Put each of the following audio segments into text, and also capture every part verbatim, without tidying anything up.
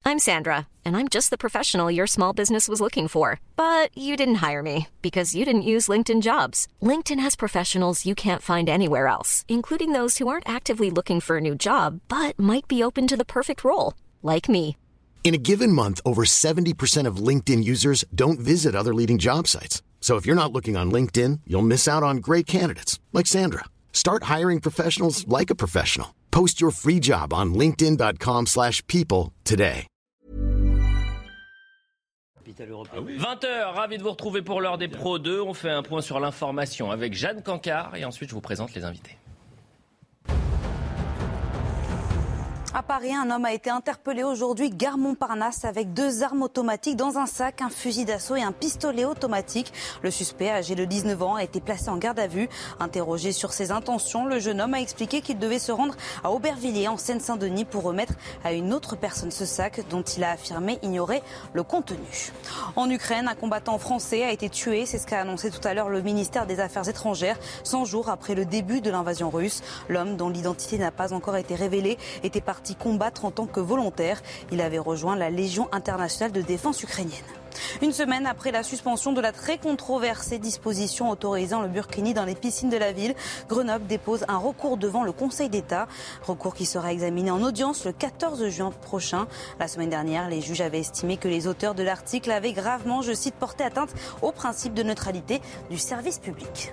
I'm Sandra, and I'm just the professional your small business was looking for. But you didn't hire me because you didn't use LinkedIn Jobs. LinkedIn has professionals you can't find anywhere else, including those who aren't actively looking for a new job, but might be open to the perfect role, like me. In a given month, over seventy percent of LinkedIn users don't visit other leading job sites. So if you're not looking on LinkedIn, you'll miss out on great candidates like Sandra. Start hiring professionals like a professional. Post your free job on linkedin.com slash people today. vingt heures, ravi de vous retrouver pour l'heure des Pro deux. On fait un point sur l'information avec Jeanne Cancard et ensuite je vous présente les invités. À Paris, un homme a été interpellé aujourd'hui, gare Montparnasse, avec deux armes automatiques dans un sac, un fusil d'assaut et un pistolet automatique. Le suspect, âgé de dix-neuf ans, a été placé en garde à vue. Interrogé sur ses intentions, le jeune homme a expliqué qu'il devait se rendre à Aubervilliers, en Seine-Saint-Denis, pour remettre à une autre personne ce sac dont il a affirmé ignorer le contenu. En Ukraine, un combattant français a été tué. C'est ce qu'a annoncé tout à l'heure le ministère des Affaires étrangères, cent jours après le début de l'invasion russe. L'homme, dont l'identité n'a pas encore été révélée, était parti combattre en tant que volontaire. Il avait rejoint la Légion internationale de défense ukrainienne. Une semaine après la suspension de la très controversée disposition autorisant le burkini dans les piscines de la ville, Grenoble dépose un recours devant le Conseil d'État. Recours qui sera examiné en audience le quatorze juin prochain. La semaine dernière, les juges avaient estimé que les auteurs de l'article avaient gravement, je cite, porté atteinte au principe de neutralité du service public.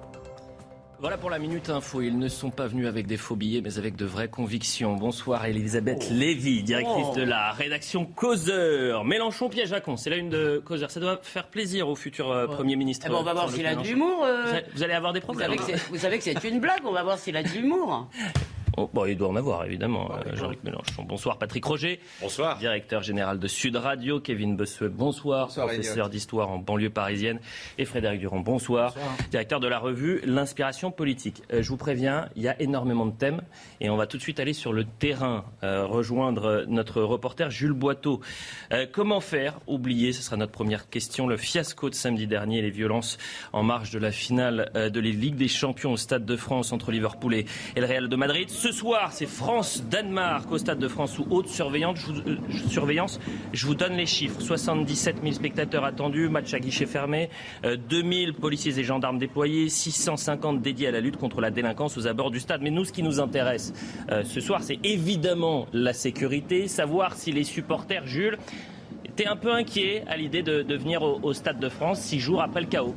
Voilà pour la Minute Info. Ils ne sont pas venus avec des faux billets, mais avec de vraies convictions. Bonsoir Elisabeth oh. Lévy, directrice oh. de la rédaction Causeur. Mélenchon piège à con, c'est la une de Causeur. Ça doit faire plaisir au futur euh, oh. Premier ministre. Eh ben on va voir s'il a de l'humour. Euh... Vous, allez, vous allez avoir des problèmes. Vous savez, que c'est, vous savez que c'est une blague, on va voir s'il a de l'humour. Oh, bon, il doit en avoir, évidemment, euh, Jean-Luc Mélenchon. Bonsoir, Patrick Roger. Bonsoir. Directeur général de Sud Radio. Kevin Bossuet, bonsoir. Bonsoir. Professeur Elliot. d'histoire en banlieue parisienne. Et Frédéric Durand, bonsoir. bonsoir. Directeur de la revue L'Inspiration politique. Euh, je vous préviens, il y a énormément de thèmes. Et on va tout de suite aller sur le terrain, euh, rejoindre notre reporter Jules Boiteau. Euh, comment faire oublier, ce sera notre première question, le fiasco de samedi dernier, les violences en marge de la finale euh, de la Ligue des Champions au Stade de France entre Liverpool et, et le Real de Madrid. Ce soir, c'est France-Danemark au Stade de France sous haute surveillance. Je vous, euh, surveillance. Je vous donne les chiffres. soixante-dix-sept mille spectateurs attendus, match à guichet fermé, euh, deux mille policiers et gendarmes déployés, six cent cinquante dédiés à la lutte contre la délinquance aux abords du stade. Mais nous, ce qui nous intéresse euh, ce soir, c'est évidemment la sécurité, savoir si les supporters, Jules, étaient un peu inquiets à l'idée de, de venir au, au Stade de France six jours après le chaos.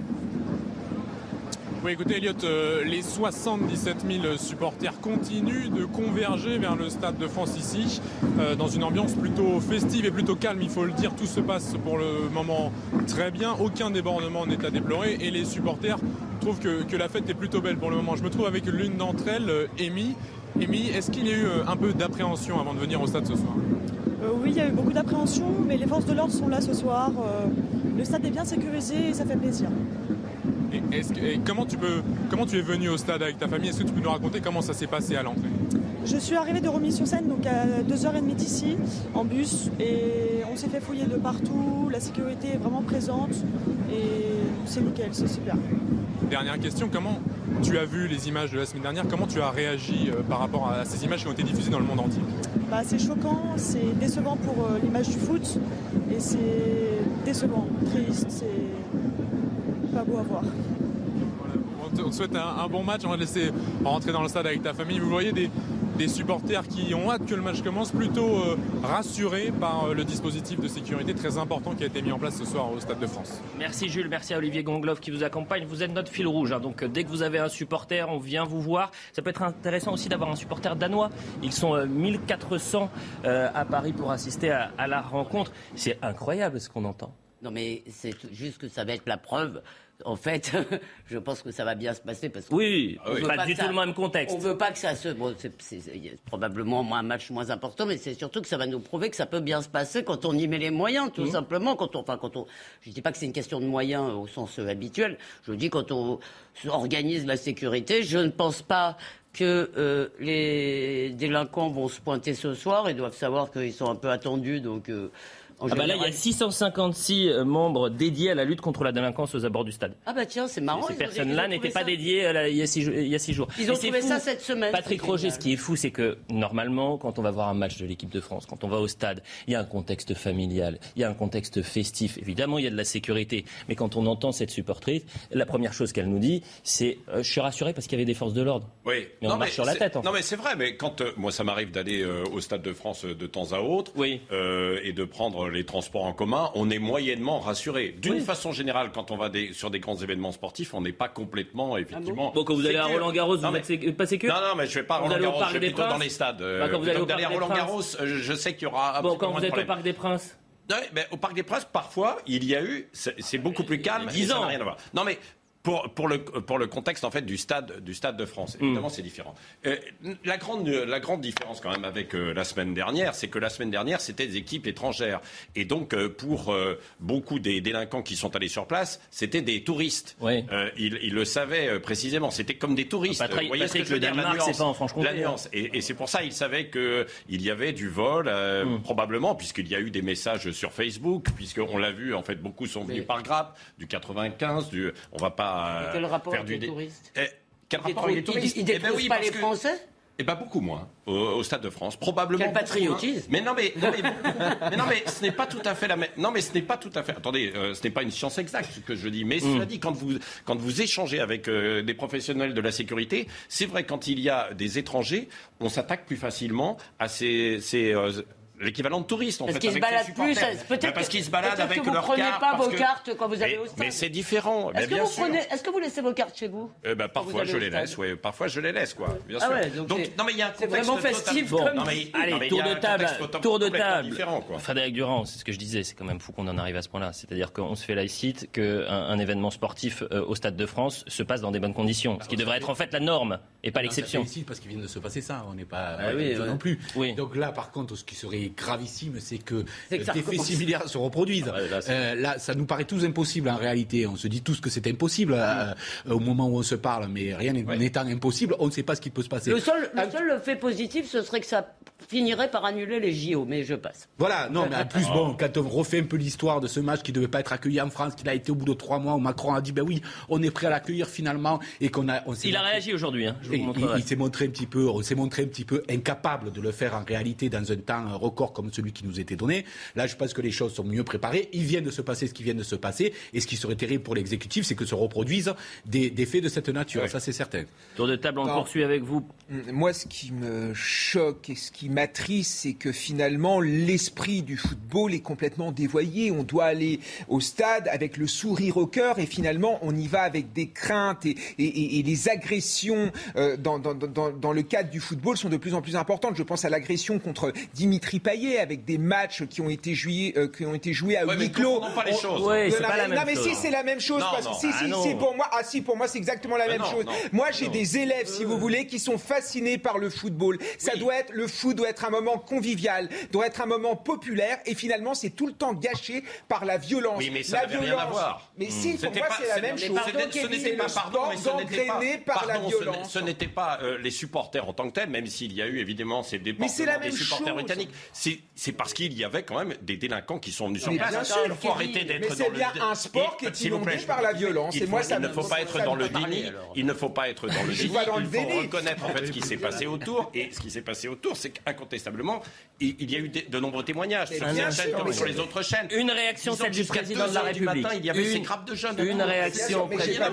Oui, écoutez, Elliot, euh, les soixante-dix-sept mille supporters continuent de converger vers le Stade de France ici, euh, dans une ambiance plutôt festive et plutôt calme, il faut le dire. Tout se passe pour le moment très bien, aucun débordement n'est à déplorer et les supporters trouvent que, que la fête est plutôt belle pour le moment. Je me trouve avec l'une d'entre elles, euh, Amy. Amy, est-ce qu'il y a eu euh, un peu d'appréhension avant de venir au stade ce soir ? euh, Oui, il y a eu beaucoup d'appréhension, mais les forces de l'ordre sont là ce soir. Euh, le stade est bien sécurisé et ça fait plaisir. Et, est-ce que, et comment, tu peux, comment tu es venu au stade avec ta famille ? Est-ce que tu peux nous raconter comment ça s'est passé à l'entrée ? Je suis arrivée de Romilly-sur-Seine, donc à deux heures trente d'ici, en bus, et on s'est fait fouiller de partout, la sécurité est vraiment présente, et c'est nickel, c'est super. Dernière question, comment tu as vu les images de la semaine dernière ? Comment tu as réagi euh, par rapport à ces images qui ont été diffusées dans le monde entier ? Bah, c'est choquant, c'est décevant pour euh, l'image du foot, et c'est décevant, triste, c'est pas beau à voir. Voilà, on te souhaite un, un bon match, on va te laisser rentrer dans le stade avec ta famille. Vous voyez des, des supporters qui ont hâte que le match commence, plutôt euh, rassurés par euh, le dispositif de sécurité très important qui a été mis en place ce soir au Stade de France. Merci Jules, merci à Olivier Gangloff qui vous accompagne. Vous êtes notre fil rouge, hein, donc euh, dès que vous avez un supporter, on vient vous voir. Ça peut être intéressant aussi d'avoir un supporter danois. Ils sont euh, mille quatre cents euh, à Paris pour assister à, à la rencontre. C'est incroyable ce qu'on entend. Non mais c'est juste que ça va être la preuve. En fait, je pense que ça va bien se passer parce que oui, oui. pas, pas du tout ça, le même contexte. On veut pas que ça se, bon, c'est, c'est, c'est probablement un match moins important, mais c'est surtout que ça va nous prouver que ça peut bien se passer quand on y met les moyens, tout mmh. simplement. Quand on, enfin, quand on, je dis pas que c'est une question de moyens au sens euh, habituel. Je dis quand on organise la sécurité, je ne pense pas que euh, les délinquants vont se pointer ce soir. Ils doivent savoir qu'ils sont un peu attendus, donc. Euh, Ah bah là, il y a six cent cinquante-six membres dédiés à la lutte contre la délinquance aux abords du stade. stade. Ah bah tiens, c'est marrant. Ces ils personnes-là ont, n'étaient ça. pas dédiées euh, il, y a six, il y a six jours. Ils ont et trouvé fou, ça cette semaine. Patrick Roger, ce qui est fou, c'est que normalement, quand on va voir un match de l'équipe de France, quand on va au stade, il y a un contexte familial, il y a un contexte festif. Évidemment, il y a de la sécurité. Mais quand on entend cette supportrice, la première chose qu'elle nous dit, c'est euh, je suis rassuré parce qu'il y avait des forces de l'ordre. Oui. Mais on non, marche mais sur la tête. En non, fait. mais c'est vrai. Mais quand euh, moi, ça m'arrive d'aller euh, au Stade de France euh, de temps à autre oui. euh, et de prendre les transports en commun, on est moyennement rassuré. D'une oui. façon générale, quand on va des, sur des grands événements sportifs, on n'est pas complètement, effectivement. Ah bon, bon, quand vous allez à Roland-Garros, vous mais... êtes sé... pas sécure. Non, non, mais je vais pas à Roland-Garros. Je vais plutôt dans les stades. Bah, quand vous allez au Parc à des Roland-Garros, je, je sais qu'il y aura. Bon, quand vous êtes au Parc des Princes. Non, mais au Parc des Princes, parfois, il y a eu. C'est, c'est beaucoup plus calme. dix ans. Ça n'a rien à voir. Non, mais. Pour, pour, le, pour le contexte en fait du stade, du stade de France, évidemment mmh. c'est différent. Euh, la, grande, la grande différence quand même avec euh, la semaine dernière, c'est que la semaine dernière c'était des équipes étrangères. Et donc euh, pour euh, beaucoup des délinquants qui sont allés sur place, c'était des touristes. Oui. Euh, ils, ils le savaient euh, précisément, c'était comme des touristes. Patrick, Vous voyez Patrick, ce que je veux dire, Danemark, la nuance, c'est pas en Franche-Comté. La nuance. Et, et c'est pour ça qu'ils savaient qu'il y avait du vol, euh, mmh. probablement, puisqu'il y a eu des messages sur Facebook, puisqu'on l'a vu, en fait beaucoup sont venus Mais... par grappe, du quatre-vingt-quinze, du, on va pas... Quel rapport avec les touristes eh, Quel rapport avec les touristes Ils ne détruisent eh ben oui, pas les que... Français Eh bien, beaucoup moins, au, au Stade de France. Probablement. Quel patriotisme. Mais non, mais, non, mais, mais non, mais ce n'est pas tout à fait la même. Non, mais ce n'est pas tout à fait. Attendez, euh, ce n'est pas une science exacte, ce que je dis. Mais mm. cela dit, quand vous, quand vous échangez avec euh, des professionnels de la sécurité, c'est vrai, quand il y a des étrangers, on s'attaque plus facilement à ces. ces euh, l'équivalent de touristes, en parce fait. Qu'ils se baladent plus, peut-être ben parce qu'ils se baladent avec que leurs cartes. Vous ne prenez pas vos que... cartes quand vous allez mais, au stade. Mais c'est différent. Est-ce, ben, que bien vous sûr. prenez, est-ce que vous laissez vos cartes chez vous eh ben, Parfois, je les laisse. Ouais. Parfois, je les laisse, quoi. Bien ah sûr. Ouais, donc, donc non, mais il y a un c'est vraiment festif. Bon, comme... non, mais, allez, non, mais tour de table. Tour de table. Frédéric Durand, c'est ce que je disais. C'est quand même fou qu'on en arrive à ce point-là. C'est-à-dire qu'on se fait laïcite qu'un un événement sportif euh, au Stade de France se passe dans des bonnes conditions, ce qui devrait être en fait la norme et pas l'exception. C'est parce qu'il vient de se passer ça. On n'est pas ah, oui, non ouais. plus. Oui. Donc là, par contre, ce qui serait gravissime, c'est que c'est des faits similaires se reproduisent. Ah ouais, là, euh, là, ça nous paraît tous impossible en réalité. On se dit tous que c'est impossible euh, euh, au moment où on se parle, mais rien n'étant ouais. impossible, on ne sait pas ce qui peut se passer. Le seul, le seul fait positif, ce serait que ça finirait par annuler les J O, mais je passe. Voilà, non, mais en plus, bon, quand on refait un peu l'histoire de ce match qui ne devait pas être accueilli en France, qu'il a été au bout de trois mois, où Macron a dit, ben oui, on est prêt à l'accueillir finalement, et qu'on a... On il a réagi aujourd'hui, hein, je vous il, il s'est montré un petit peu, on s'est montré un petit peu incapable de le faire en réalité dans un temps record comme celui qui nous était donné. Là, je pense que les choses sont mieux préparées. Il vient de se passer ce qui vient de se passer, et ce qui serait terrible pour l'exécutif, c'est que se reproduisent des, des faits de cette nature, ouais. Ça c'est certain. Tour de table, on non. poursuit avec vous. Moi, ce qui me choque et ce qui m'attriste, c'est que finalement, l'esprit du football est complètement dévoyé. On doit aller au stade avec le sourire au cœur et finalement, on y va avec des craintes et, et, et les agressions euh, dans, dans, dans, dans le cadre du football sont de plus en plus importantes. Je pense à l'agression contre Dimitri Payet avec des matchs qui ont été joués, euh, qui ont été joués à huis clos. pas les choses. Ouais, c'est non, pas mais, la même non, mais chose. si, c'est la même chose. Non, parce non, que si, ah si, non. si, pour moi, ah si, pour moi, c'est exactement la même non, chose. Non, moi, j'ai non. des élèves, si vous voulez, qui sont fascinés par le football. Ça oui. doit être, le foot doit être un moment convivial, doit être un moment populaire, et finalement, c'est tout le temps gâché par la violence. Oui, mais ça la n'avait violence. rien à voir. Mais si, pour moi, c'est la même chose. Ce n'était pas, pardon, mais ce n'était pas, par la violence. Ce n'était pas les supporters en tant que tels, même s'il y a eu évidemment ces déportements des supporters britanniques. C'est parce qu'il y avait quand même des délinquants qui sont venus sur place. Il faut arrêter d'être dans le. Mais c'est bien un sport qui est inondé par la violence. Il ne faut pas être dans le déni. Il ne faut pas être dans le déni. Il faut reconnaître en fait ce qui s'est passé autour. Et ce qui s'est passé autour, c'est qu'incontestablement, il y a eu de nombreux témoignages sur cette chaîne comme sur les autres chaînes. Une réaction, celle du président de la République. Il y avait ces grappes de jeunes. Une réaction.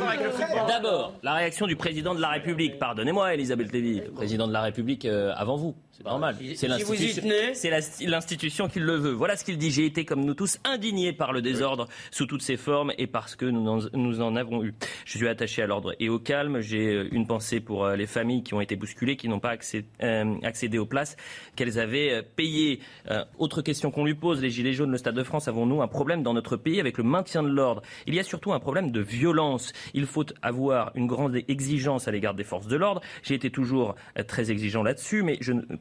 D'abord, la réaction du président de la République. Pardonnez-moi, Elisabeth Lévy, le président de la République euh, avant vous. C'est normal. C'est l'institution, c'est la, l'institution qui le veut. Voilà ce qu'il dit. J'ai été, comme nous tous, indigné par le désordre sous toutes ses formes et parce que nous en, nous en avons eu. Je suis attaché à l'ordre et au calme. J'ai une pensée pour les familles qui ont été bousculées, qui n'ont pas accès, euh, accédé aux places qu'elles avaient payées. Euh, autre question qu'on lui pose, les Gilets jaunes, le Stade de France, avons-nous un problème dans notre pays avec le maintien de l'ordre ? Il y a surtout un problème de violence. Il faut avoir une grande exigence à l'égard des forces de l'ordre. J'ai été toujours très exigeant là-dessus, mais je ne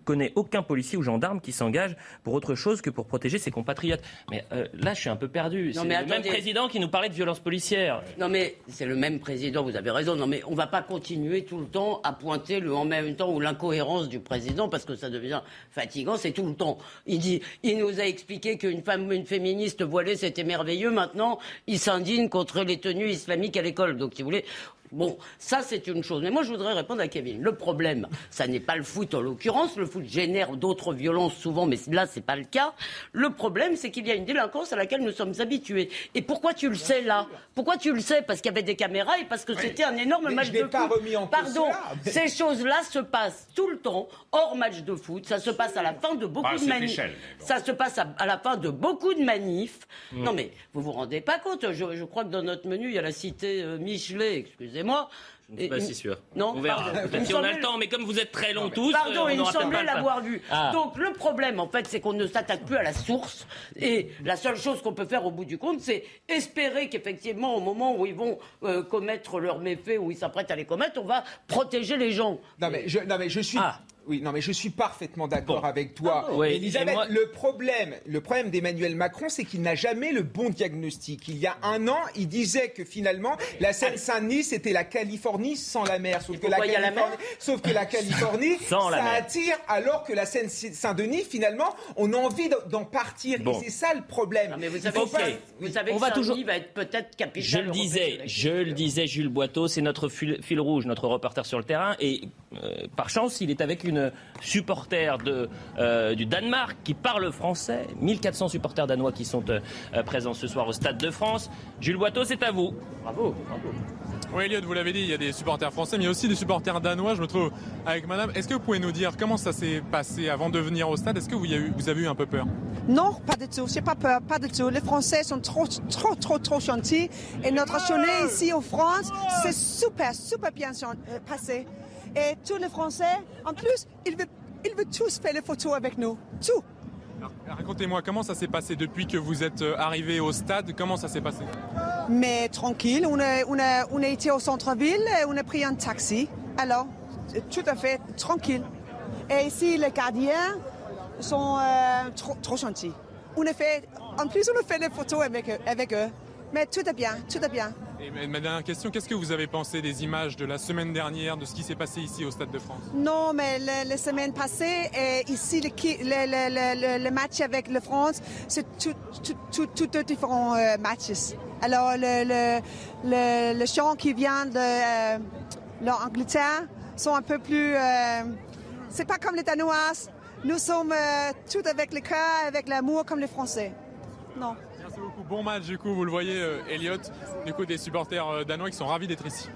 connais aucun policier ou gendarme qui s'engage pour autre chose que pour protéger ses compatriotes. Mais euh, là, je suis un peu perdu. Non, c'est mais le attendez. même président qui nous parlait de violence policière. Non mais c'est le même président, vous avez raison. Non mais on va pas continuer tout le temps à pointer le en même temps ou l'incohérence du président parce que ça devient fatigant. C'est tout le temps. Il dit, il nous a expliqué qu'une femme, une féministe voilée, c'était merveilleux. Maintenant, il s'indigne contre les tenues islamiques à l'école. Donc si vous voulez. Bon, ça c'est une chose. Mais moi je voudrais répondre à Kevin. Le problème, ça n'est pas le foot en l'occurrence. Le foot génère d'autres violences souvent, mais là c'est pas le cas. Le problème, c'est qu'il y a une délinquance à laquelle nous sommes habitués. Et pourquoi tu le sais là ? Pourquoi tu le sais ? Parce qu'il y avait des caméras et parce que c'était un énorme Mais match je de n'ai foot. pas remis en cause Pardon, cela, mais- ces choses-là se passent tout le temps hors match de foot. Ça se passe à la fin de beaucoup Pas à de cette manifs. échelle, mais bon. Ça se passe à, à la fin de beaucoup de manifs. Mm. Non mais vous vous rendez pas compte. Je, je crois que dans notre menu il y a la cité euh, Michelet. Excusez-moi. Je ne suis pas Et- si sûr. Non, on verra. pardon. Peut-être Il si on a semblait- le temps, mais comme vous êtes très longs tous, Pardon, euh, on il me aura peut-être semblait pas le temps. l'avoir vu. Ah. Donc le problème, en fait, c'est qu'on ne s'attaque plus à la source. Et la seule chose qu'on peut faire au bout du compte, c'est espérer qu'effectivement, au moment où ils vont euh, commettre leurs méfaits, où ils s'apprêtent à les commettre, on va protéger les gens. Non mais je, non mais je suis. Ah. Oui, non mais je suis parfaitement d'accord Bon. avec toi, Ah bon. Oui, Elisabeth. et moi- Le problème, le problème d'Emmanuel Macron, c'est qu'il n'a jamais le bon diagnostic. Il y a un an, il disait que finalement, la Seine-Saint-Denis, c'était la Californie sans la mer. Sauf que la pourquoi il y a la Californie, sauf que la Californie, Sans la ça mer. attire, alors que la Seine-Saint-Denis, finalement, on a envie d'en partir. Bon. Et c'est ça le problème. Non, mais vous Il savez, faut Ok. que, pas- vous savez On que va Saint-Denis toujours- va être peut-être capitale Je le européenne disais, de la je le disais, Jules Boiteau, c'est notre fil, fil rouge, notre reporter sur le terrain. Et euh, par chance, il est avec une supporter de, euh, du Danemark qui parle français. mille quatre cents supporters danois qui sont euh, présents ce soir au Stade de France. Jules Boiteau, c'est à vous. Bravo, bravo. Oui, Elliot, vous l'avez dit, il y a des supporters français, mais il y a aussi des supporters danois. Je me trouve avec madame. Est-ce que vous pouvez nous dire comment ça s'est passé avant de venir au stade ? Est-ce que vous, y a eu, vous avez eu un peu peur ? Non, pas du tout. J'ai pas peur, pas du tout. Les Français sont trop, trop, trop, trop gentils. Et notre journée ici en France, c'est super, super bien euh, passé. Et tous les Français, en plus, ils veulent, ils veulent tous faire les photos avec nous. Tout. Alors, racontez-moi, comment ça s'est passé depuis que vous êtes euh, arrivé au stade ? Comment ça s'est passé ? Mais tranquille, on a, on a, on a été au centre-ville et on a pris un taxi. Alors, tout à fait tranquille. Et ici, les gardiens sont euh, trop, trop gentils. On a fait, en plus, on a fait des photos avec eux. Avec eux. Mais tout est bien, tout est bien. Et ma dernière question, qu'est-ce que vous avez pensé des images de la semaine dernière, de ce qui s'est passé ici au Stade de France ? Non, mais le- les semaines passées, et ici, le, qui- le, le, le, le match avec la France, c'est tout, tout, tout, tout de différents euh, matchs. Alors, le, le, le, le chant qui vient de euh, l'Angleterre sont un peu plus... Euh, c'est pas comme les Danois. Nous sommes euh, tout avec le cœur, avec l'amour, comme les Français. Non. Merci beaucoup. Bon match, du coup, vous le voyez, euh, Elliot, du coup, des supporters euh, danois qui sont ravis d'être ici.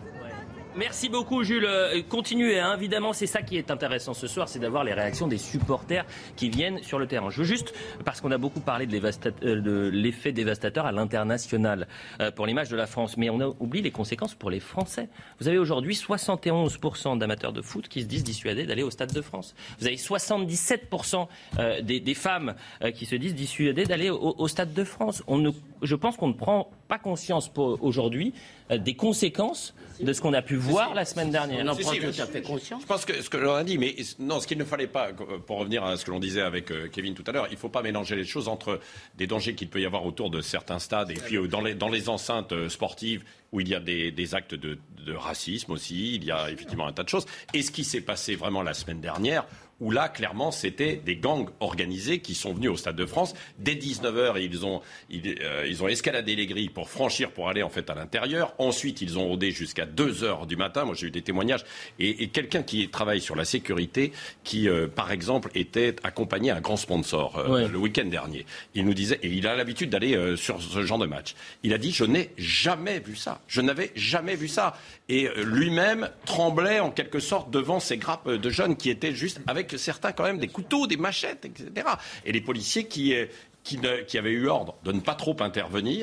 Merci beaucoup, Jules. Euh, Continuez, hein. Évidemment, c'est ça qui est intéressant ce soir, c'est d'avoir les réactions des supporters qui viennent sur le terrain. Je veux juste, parce qu'on a beaucoup parlé de, l'évasta- euh, de l'effet dévastateur à l'international euh, pour l'image de la France, mais on a oublié les conséquences pour les Français. Vous avez aujourd'hui soixante et onze pour cent d'amateurs de foot qui se disent dissuadés d'aller au Stade de France. Vous avez soixante-dix-sept pour cent euh, des, des femmes euh, qui se disent dissuadées d'aller au, au Stade de France. On ne, je pense qu'on ne prend pas conscience pour aujourd'hui euh, des conséquences de ce qu'on a pu voir la semaine dernière. On en Si, prend si, tout je- à fait conscience. Je pense que ce que l'on a dit, mais non, ce qu'il ne fallait pas, pour revenir à ce que l'on disait avec euh, Kevin tout à l'heure, il ne faut pas mélanger les choses entre des dangers qu'il peut y avoir autour de certains stades et puis euh, dans les, dans les enceintes euh, sportives où il y a des, des actes de, de racisme aussi, il y a effectivement un tas de choses. Et ce qui s'est passé vraiment la semaine dernière, où là, clairement, c'était des gangs organisés qui sont venus au Stade de France. Dès dix-neuf heures, ils ont, ils, euh, ils ont escaladé les grilles pour franchir, pour aller en fait à l'intérieur. Ensuite, ils ont rôdé jusqu'à deux heures du matin. Moi, j'ai eu des témoignages. Et, et quelqu'un qui travaille sur la sécurité, qui, euh, par exemple, était accompagné à un grand sponsor euh, Ouais. le week-end dernier. Il nous disait, et il a l'habitude d'aller euh, sur ce genre de match. Il a dit, je n'ai jamais vu ça. Je n'avais jamais vu ça. Et euh, lui-même tremblait en quelque sorte devant ces grappes de jeunes qui étaient juste avec certains quand même des couteaux, des machettes, et cetera. Et les policiers qui, euh, qui, ne, qui avaient eu ordre de ne pas trop intervenir,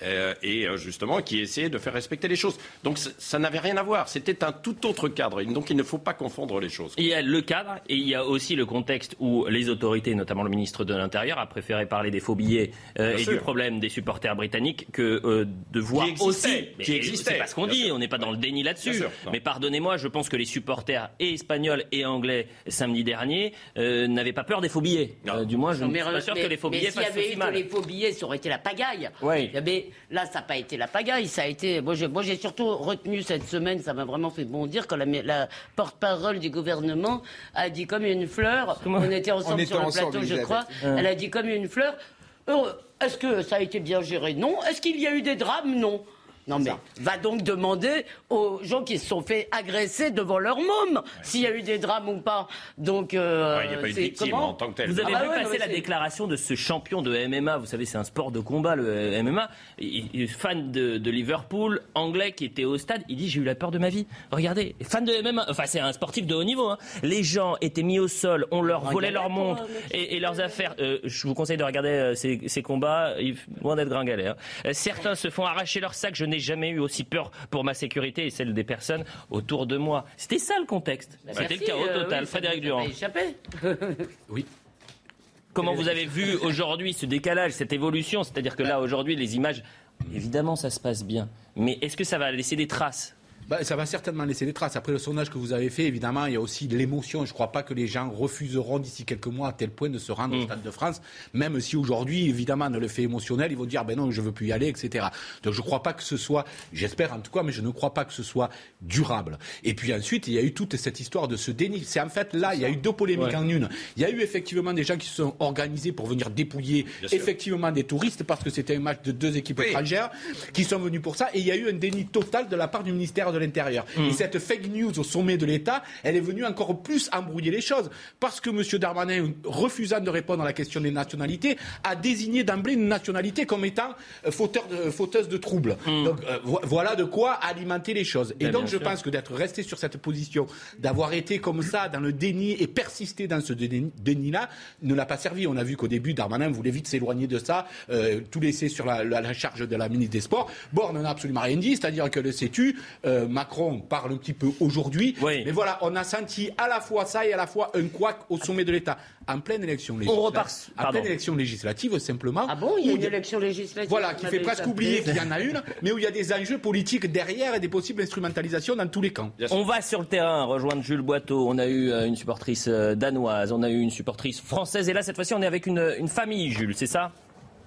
euh, et justement qui essayaient de faire respecter les choses. Donc ça n'avait rien à voir. C'était un tout autre cadre. Donc il ne faut pas confondre les choses. Il y a le cadre et il y a aussi le contexte où les autorités, notamment le ministre de l'Intérieur, a préféré parler des faux billets euh, et sûr. du problème des supporters britanniques que euh, de voir qui aussi. Qui existait. C'est pas ce qu'on dit. Sûr. On n'est pas dans le déni là-dessus. Mais pardonnez-moi, je pense que les supporters et espagnols et anglais samedi dernier euh, n'avaient pas peur des faux billets. Euh, du moins, je ne suis pas sûr mais, que les faux billets fassent si aussi mal. Les faux billets, ça aurait été la pagaille. Oui. Mais là, ça n'a pas été la pagaille. Ça a été. Moi, j'ai, moi, j'ai surtout retenu cette semaine. Ça m'a vraiment fait bondir quand la, la porte-parole du gouvernement a dit comme une fleur. Comment on était ensemble on était sur le ensemble, plateau, je crois. Euh. Elle a dit comme une fleur. Est-ce que ça a été bien géré? Non. Est-ce qu'il y a eu des drames? Non. Non mais va donc demander aux gens qui se sont fait agresser devant leur môme ouais. s'il y a eu des drames ou pas. Donc euh, ouais, il n'y a pas eu de victime en tant que tel. Vous avez ah bah vu ouais, passer ouais, la c'est... déclaration de ce champion de M M A. Vous savez, c'est un sport de combat, le M M A. Il, il, fan de, de Liverpool, anglais qui était au stade. Il dit j'ai eu la peur de ma vie. Regardez, fan de M M A. Enfin, c'est un sportif de haut niveau. Hein. Les gens étaient mis au sol, on leur volait leurs montres et, et leurs affaires. Euh, je vous conseille de regarder euh, ces, ces combats. Ils, loin d'être gringalés. Hein. Euh, certains se font arracher leur sac. Je n'ai jamais eu aussi peur pour ma sécurité et celle des personnes autour de moi. C'était ça le contexte. Bah, C'était merci, le chaos total. Euh, oui, Frédéric Durand. Échappé. Oui. Comment vous avez vu aujourd'hui ce décalage, cette évolution? C'est-à-dire que là, aujourd'hui, les images, évidemment, ça se passe bien. Mais est-ce que ça va laisser des traces? Bah, ça va certainement laisser des traces. Après le sondage que vous avez fait, évidemment, il y a aussi l'émotion. Je ne crois pas que les gens refuseront d'ici quelques mois à tel point de se rendre mmh. au Stade de France, même si aujourd'hui, évidemment, dans le fait émotionnel, ils vont dire ben non, je ne veux plus y aller, et cetera. Donc je ne crois pas que ce soit, j'espère en tout cas, mais je ne crois pas que ce soit durable. Et puis ensuite, il y a eu toute cette histoire de ce déni. C'est en fait là, il y a eu deux polémiques ouais. en une. Il y a eu effectivement des gens qui se sont organisés pour venir dépouiller Bien effectivement sûr. des touristes parce que c'était un match de deux équipes oui. étrangères qui sont venus pour ça. Et il y a eu un déni total de la part du ministère de l'Intérieur. Mmh. Et cette fake news au sommet de l'État, elle est venue encore plus embrouiller les choses. Parce que M. Darmanin, refusant de répondre à la question des nationalités, a désigné d'emblée une nationalité comme étant euh, fauteur de, fauteuse de troubles. Mmh. Donc euh, vo- voilà de quoi alimenter les choses. Et bien donc bien je sûr. pense que d'être resté sur cette position, d'avoir été comme ça dans le déni et persister dans ce déni, déni-là, ne l'a pas servi. On a vu qu'au début, Darmanin voulait vite s'éloigner de ça, euh, tout laisser sur la, la, la charge de la ministre des Sports. Borne n'a absolument rien dit, c'est-à-dire que le sais-tu, euh, Macron parle un petit peu aujourd'hui, oui. mais voilà, on a senti à la fois ça et à la fois un couac au sommet de l'État. En pleine élection législative. On repart... En pleine élection législative, simplement. Ah bon, il y a une y a... élection législative. Voilà, qui fait presque oublier qu'il y en a une, mais où il y a des enjeux politiques derrière et des possibles instrumentalisations dans tous les camps. On va sur le terrain rejoindre Jules Boiteau. On a eu une supportrice danoise, on a eu une supportrice française, et là, cette fois-ci, on est avec une, une famille, Jules, c'est ça ?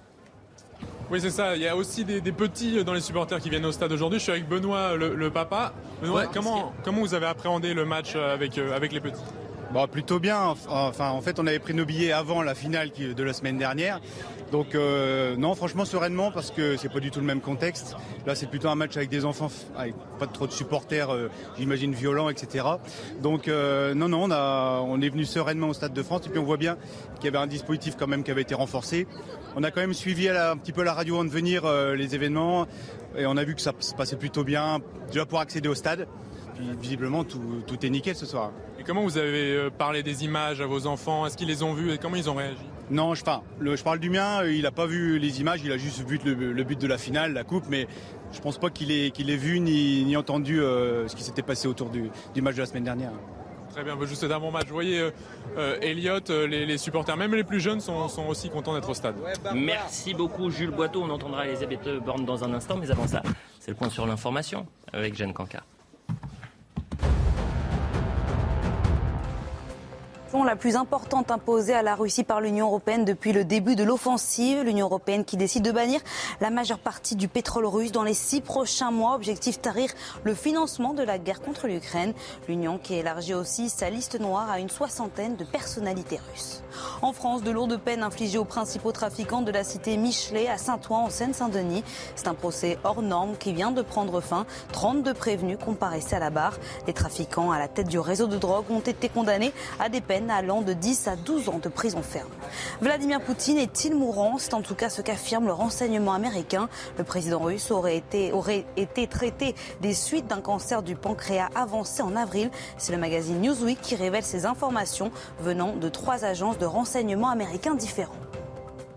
Oui, c'est ça. Il y a aussi des, des petits dans les supporters qui viennent au stade aujourd'hui. Je suis avec Benoît, le, le papa. Benoît, ouais, comment, comment vous avez appréhendé le match avec, avec les petits ? Bon, plutôt bien. Enfin, en fait, on avait pris nos billets avant la finale de la semaine dernière. Donc, euh, non, franchement, sereinement, parce que c'est pas du tout le même contexte. Là, c'est plutôt un match avec des enfants, avec pas trop de supporters, euh, j'imagine, violents, et cetera. Donc, euh, non, non, on, a, on est venu sereinement au Stade de France. Et puis, on voit bien qu'il y avait un dispositif quand même qui avait été renforcé. On a quand même suivi à la, un petit peu la radio avant de venir euh, les événements. Et on a vu que ça se passait plutôt bien, déjà pour accéder au stade. Puis, visiblement, tout, tout est nickel ce soir. Et comment vous avez parlé des images à vos enfants ? Est-ce qu'ils les ont vues et comment ils ont réagi ? Non, je, enfin, le, je parle du mien, il n'a pas vu les images, il a juste vu le, le but de la finale, la coupe, mais je ne pense pas qu'il ait, qu'il ait vu ni, ni entendu euh, ce qui s'était passé autour du, du match de la semaine dernière. Très bien, juste d'un bon match. Vous voyez, euh, euh, Elliot, les, les supporters, même les plus jeunes, sont, sont aussi contents d'être au stade. Merci beaucoup, Jules Boiteau. On entendra Elisabeth Borne dans un instant, mais avant ça, c'est le point sur l'information avec Jeanne Cancard. La plus importante imposée à la Russie par l'Union européenne depuis le début de l'offensive. L'Union européenne qui décide de bannir la majeure partie du pétrole russe dans les six prochains mois. Objectif tarir le financement de la guerre contre l'Ukraine. L'Union qui élargit aussi sa liste noire à une soixantaine de personnalités russes. En France, de lourdes peines infligées aux principaux trafiquants de la cité Michelet à Saint-Ouen en Seine-Saint-Denis. C'est un procès hors norme qui vient de prendre fin. trente-deux prévenus comparaissaient à la barre. Les trafiquants à la tête du réseau de drogue ont été condamnés à des peines allant de dix à douze ans de prison ferme. Vladimir Poutine est-il mourant ? C'est en tout cas ce qu'affirme le renseignement américain. Le président russe aurait été, aurait été traité des suites d'un cancer du pancréas avancé en avril. C'est le magazine Newsweek qui révèle ces informations venant de trois agences de renseignement américains différents.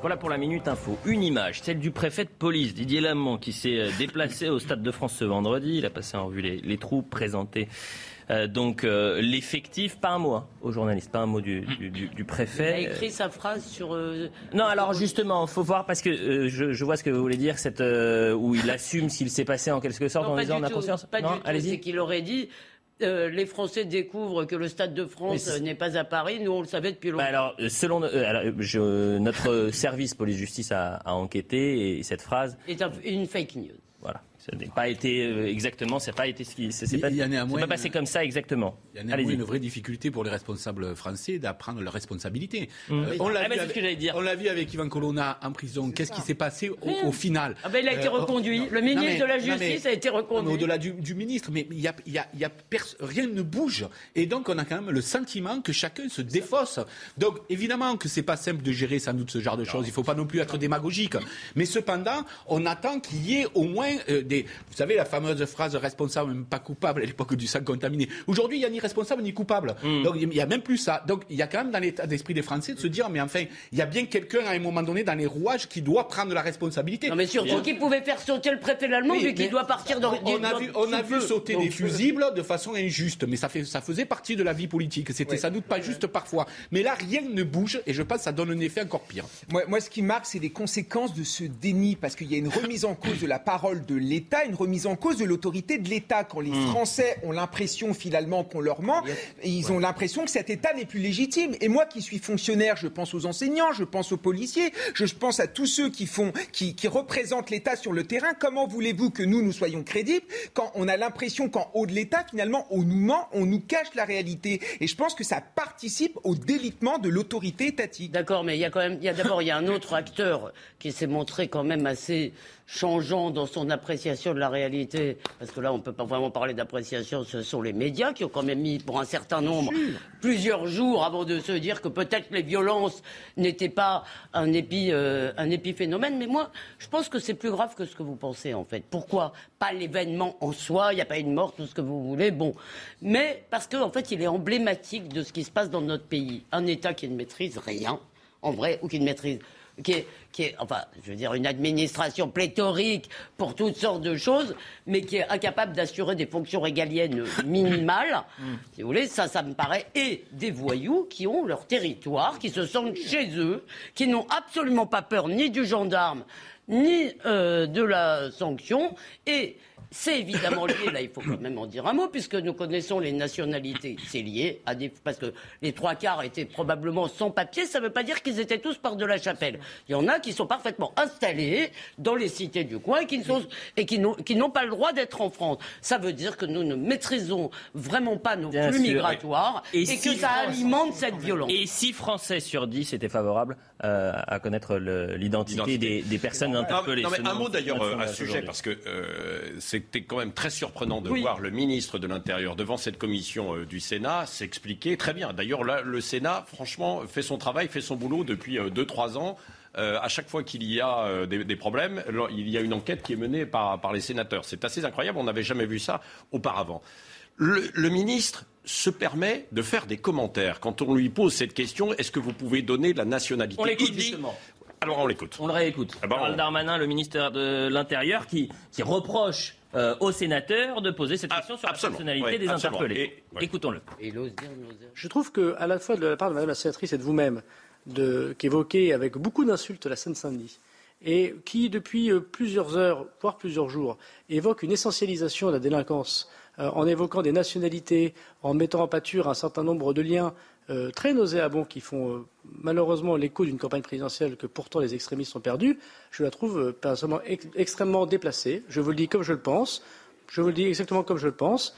Voilà pour la Minute Info. Une image, celle du préfet de police, Didier Lamont, qui s'est déplacé au Stade de France ce vendredi. Il a passé en revue les, les troupes, présenté euh, donc euh, l'effectif. Pas un mot hein, aux journalistes, pas un mot du, du, du, du préfet. Il a écrit sa phrase sur... Euh, non, alors justement, il faut voir, parce que euh, je, je vois ce que vous voulez dire, cette, euh, où il assume s'il s'est passé en quelque sorte non, en disant on a tout, conscience. Pas non, du tout, allez-y. C'est qu'il aurait dit... Euh, les Français découvrent que le Stade de France euh, n'est pas à Paris. Nous, on le savait depuis longtemps. Bah alors, selon euh, alors, je, notre service police-justice a, a enquêté et cette phrase est un, une fake news. Voilà. Ça n'a pas été euh, exactement, ça n'a pas été ce qui, c'est, c'est pas, il y a c'est pas passé comme ça exactement. Il y a néanmoins une vraie difficulté pour les responsables français d'apprendre leurs responsabilités. Mmh. Euh, on, l'a ah, vu avec, ce que j'allais dire. on l'a vu avec Ivan Colonna en prison. C'est Qu'est-ce ça. qui s'est passé au, au final ah ben, Il a été euh, reconduit. Le ministre mais, de la Justice mais, a été reconduit. Au-delà du, du ministre, mais il y a, il y a, il y a pers- rien ne bouge. Et donc on a quand même le sentiment que chacun se défausse. Donc évidemment que c'est pas simple de gérer sans doute ce genre de choses. Il ne faut pas non plus être démagogique. Mais cependant, on attend qu'il y ait au moins euh, des... Vous savez, la fameuse phrase responsable, même pas coupable à l'époque du sang contaminé. Aujourd'hui, il n'y a ni responsable ni coupable. Mmh. Donc il n'y a même plus ça. Donc il y a quand même dans l'état d'esprit des Français de se dire, mais enfin, il y a bien quelqu'un à un moment donné dans les rouages qui doit prendre la responsabilité. Non mais surtout qu'il pouvait faire sauter le préfet l'allemand oui, vu qu'il doit partir dans... On a vu, on a vu sauter des fusibles de façon injuste, mais ça, fait, ça faisait partie de la vie politique. C'était oui. sans doute pas juste parfois. Mais là, rien ne bouge et je pense que ça donne un effet encore pire. Moi, moi ce qui marque, c'est les conséquences de ce déni, parce qu'il y a une remise en cause de la parole de l'État, une remise en cause de l'autorité de l'État. Quand les mmh. Français ont l'impression finalement qu'on leur ment, ils ont ouais. l'impression que cet État n'est plus légitime. Et moi qui suis fonctionnaire, je pense aux enseignants, je pense aux policiers, je pense à tous ceux qui font, qui, qui représentent l'État sur le terrain. Comment voulez-vous que nous, nous soyons crédibles quand on a l'impression qu'en haut de l'État, finalement, on nous ment, on nous cache la réalité. Et je pense que ça participe au délitement de l'autorité étatique. D'accord, mais il y a quand même, il y a d'abord, il y a un autre acteur qui s'est montré quand même assez changeant dans son appréciation de la réalité, parce que là on ne peut pas vraiment parler d'appréciation, ce sont les médias qui ont quand même mis pour un certain nombre plusieurs jours avant de se dire que peut-être les violences n'étaient pas un, épi, euh, un épiphénomène, mais moi je pense que c'est plus grave que ce que vous pensez en fait. Pourquoi ? Pas l'événement en soi, il n'y a pas une mort, tout ce que vous voulez, bon, mais parce qu'en fait il est emblématique de ce qui se passe dans notre pays. Un État qui ne maîtrise rien, en vrai, ou qui ne maîtrise... Qui est, qui est, enfin, je veux dire, une administration pléthorique pour toutes sortes de choses, mais qui est incapable d'assurer des fonctions régaliennes minimales, si vous voulez, ça, ça me paraît, et des voyous qui ont leur territoire, qui se sentent chez eux, qui n'ont absolument pas peur ni du gendarme, ni euh, de la sanction, et c'est évidemment lié, là il faut quand même en dire un mot, puisque nous connaissons les nationalités, c'est lié à des... parce que les trois quarts étaient probablement sans papier, ça ne veut pas dire qu'ils étaient tous par de la chapelle. Il y en a qui sont parfaitement installés dans les cités du coin et qui, ne sont... et qui, n'ont... qui n'ont pas le droit d'être en France. Ça veut dire que nous ne maîtrisons vraiment pas nos Bien flux sûr, migratoires et, et, et que si ça France... alimente cette violence. Et six Français sur dix étaient favorables euh, à connaître le... l'identité, l'identité. Des... des personnes interpellées. Non, mais un mot d'ailleurs à ce sujet, parce que euh, c'était quand même très surprenant de oui. voir le ministre de l'Intérieur devant cette commission euh, du Sénat s'expliquer très bien. D'ailleurs, là, le Sénat, franchement, fait son travail, fait son boulot depuis deux euh, trois ans. Euh, à chaque fois qu'il y a euh, des, des problèmes, il y a une enquête qui est menée par, par les sénateurs. C'est assez incroyable, on n'avait jamais vu ça auparavant. Le, le ministre se permet de faire des commentaires. Quand on lui pose cette question, est-ce que vous pouvez donner la nationalité ? On l'écoute justement. Alors on l'écoute. On le réécoute. Ah ben, Gérald on... Darmanin, le ministère de l'Intérieur, qui, qui reproche euh, aux sénateurs de poser cette question ah, sur absolument. la personnalité oui, des absolument. interpellés. Et, ouais. Écoutons-le. Et il ose dire, il ose dire. Je trouve qu'à la fois de la part de Mme la sénatrice et de vous-même, de, qu'évoquez avec beaucoup d'insultes la Seine-Saint-Denis, et qui, depuis euh, plusieurs heures, voire plusieurs jours, évoque une essentialisation de la délinquance, euh, en évoquant des nationalités, en mettant en pâture un certain nombre de liens euh, très nauséabonds qui font euh, malheureusement l'écho d'une campagne présidentielle que pourtant les extrémistes ont perdue, je la trouve euh, personnellement ex- extrêmement déplacée. Je vous le dis comme je le pense. Je vous le dis exactement comme je le pense.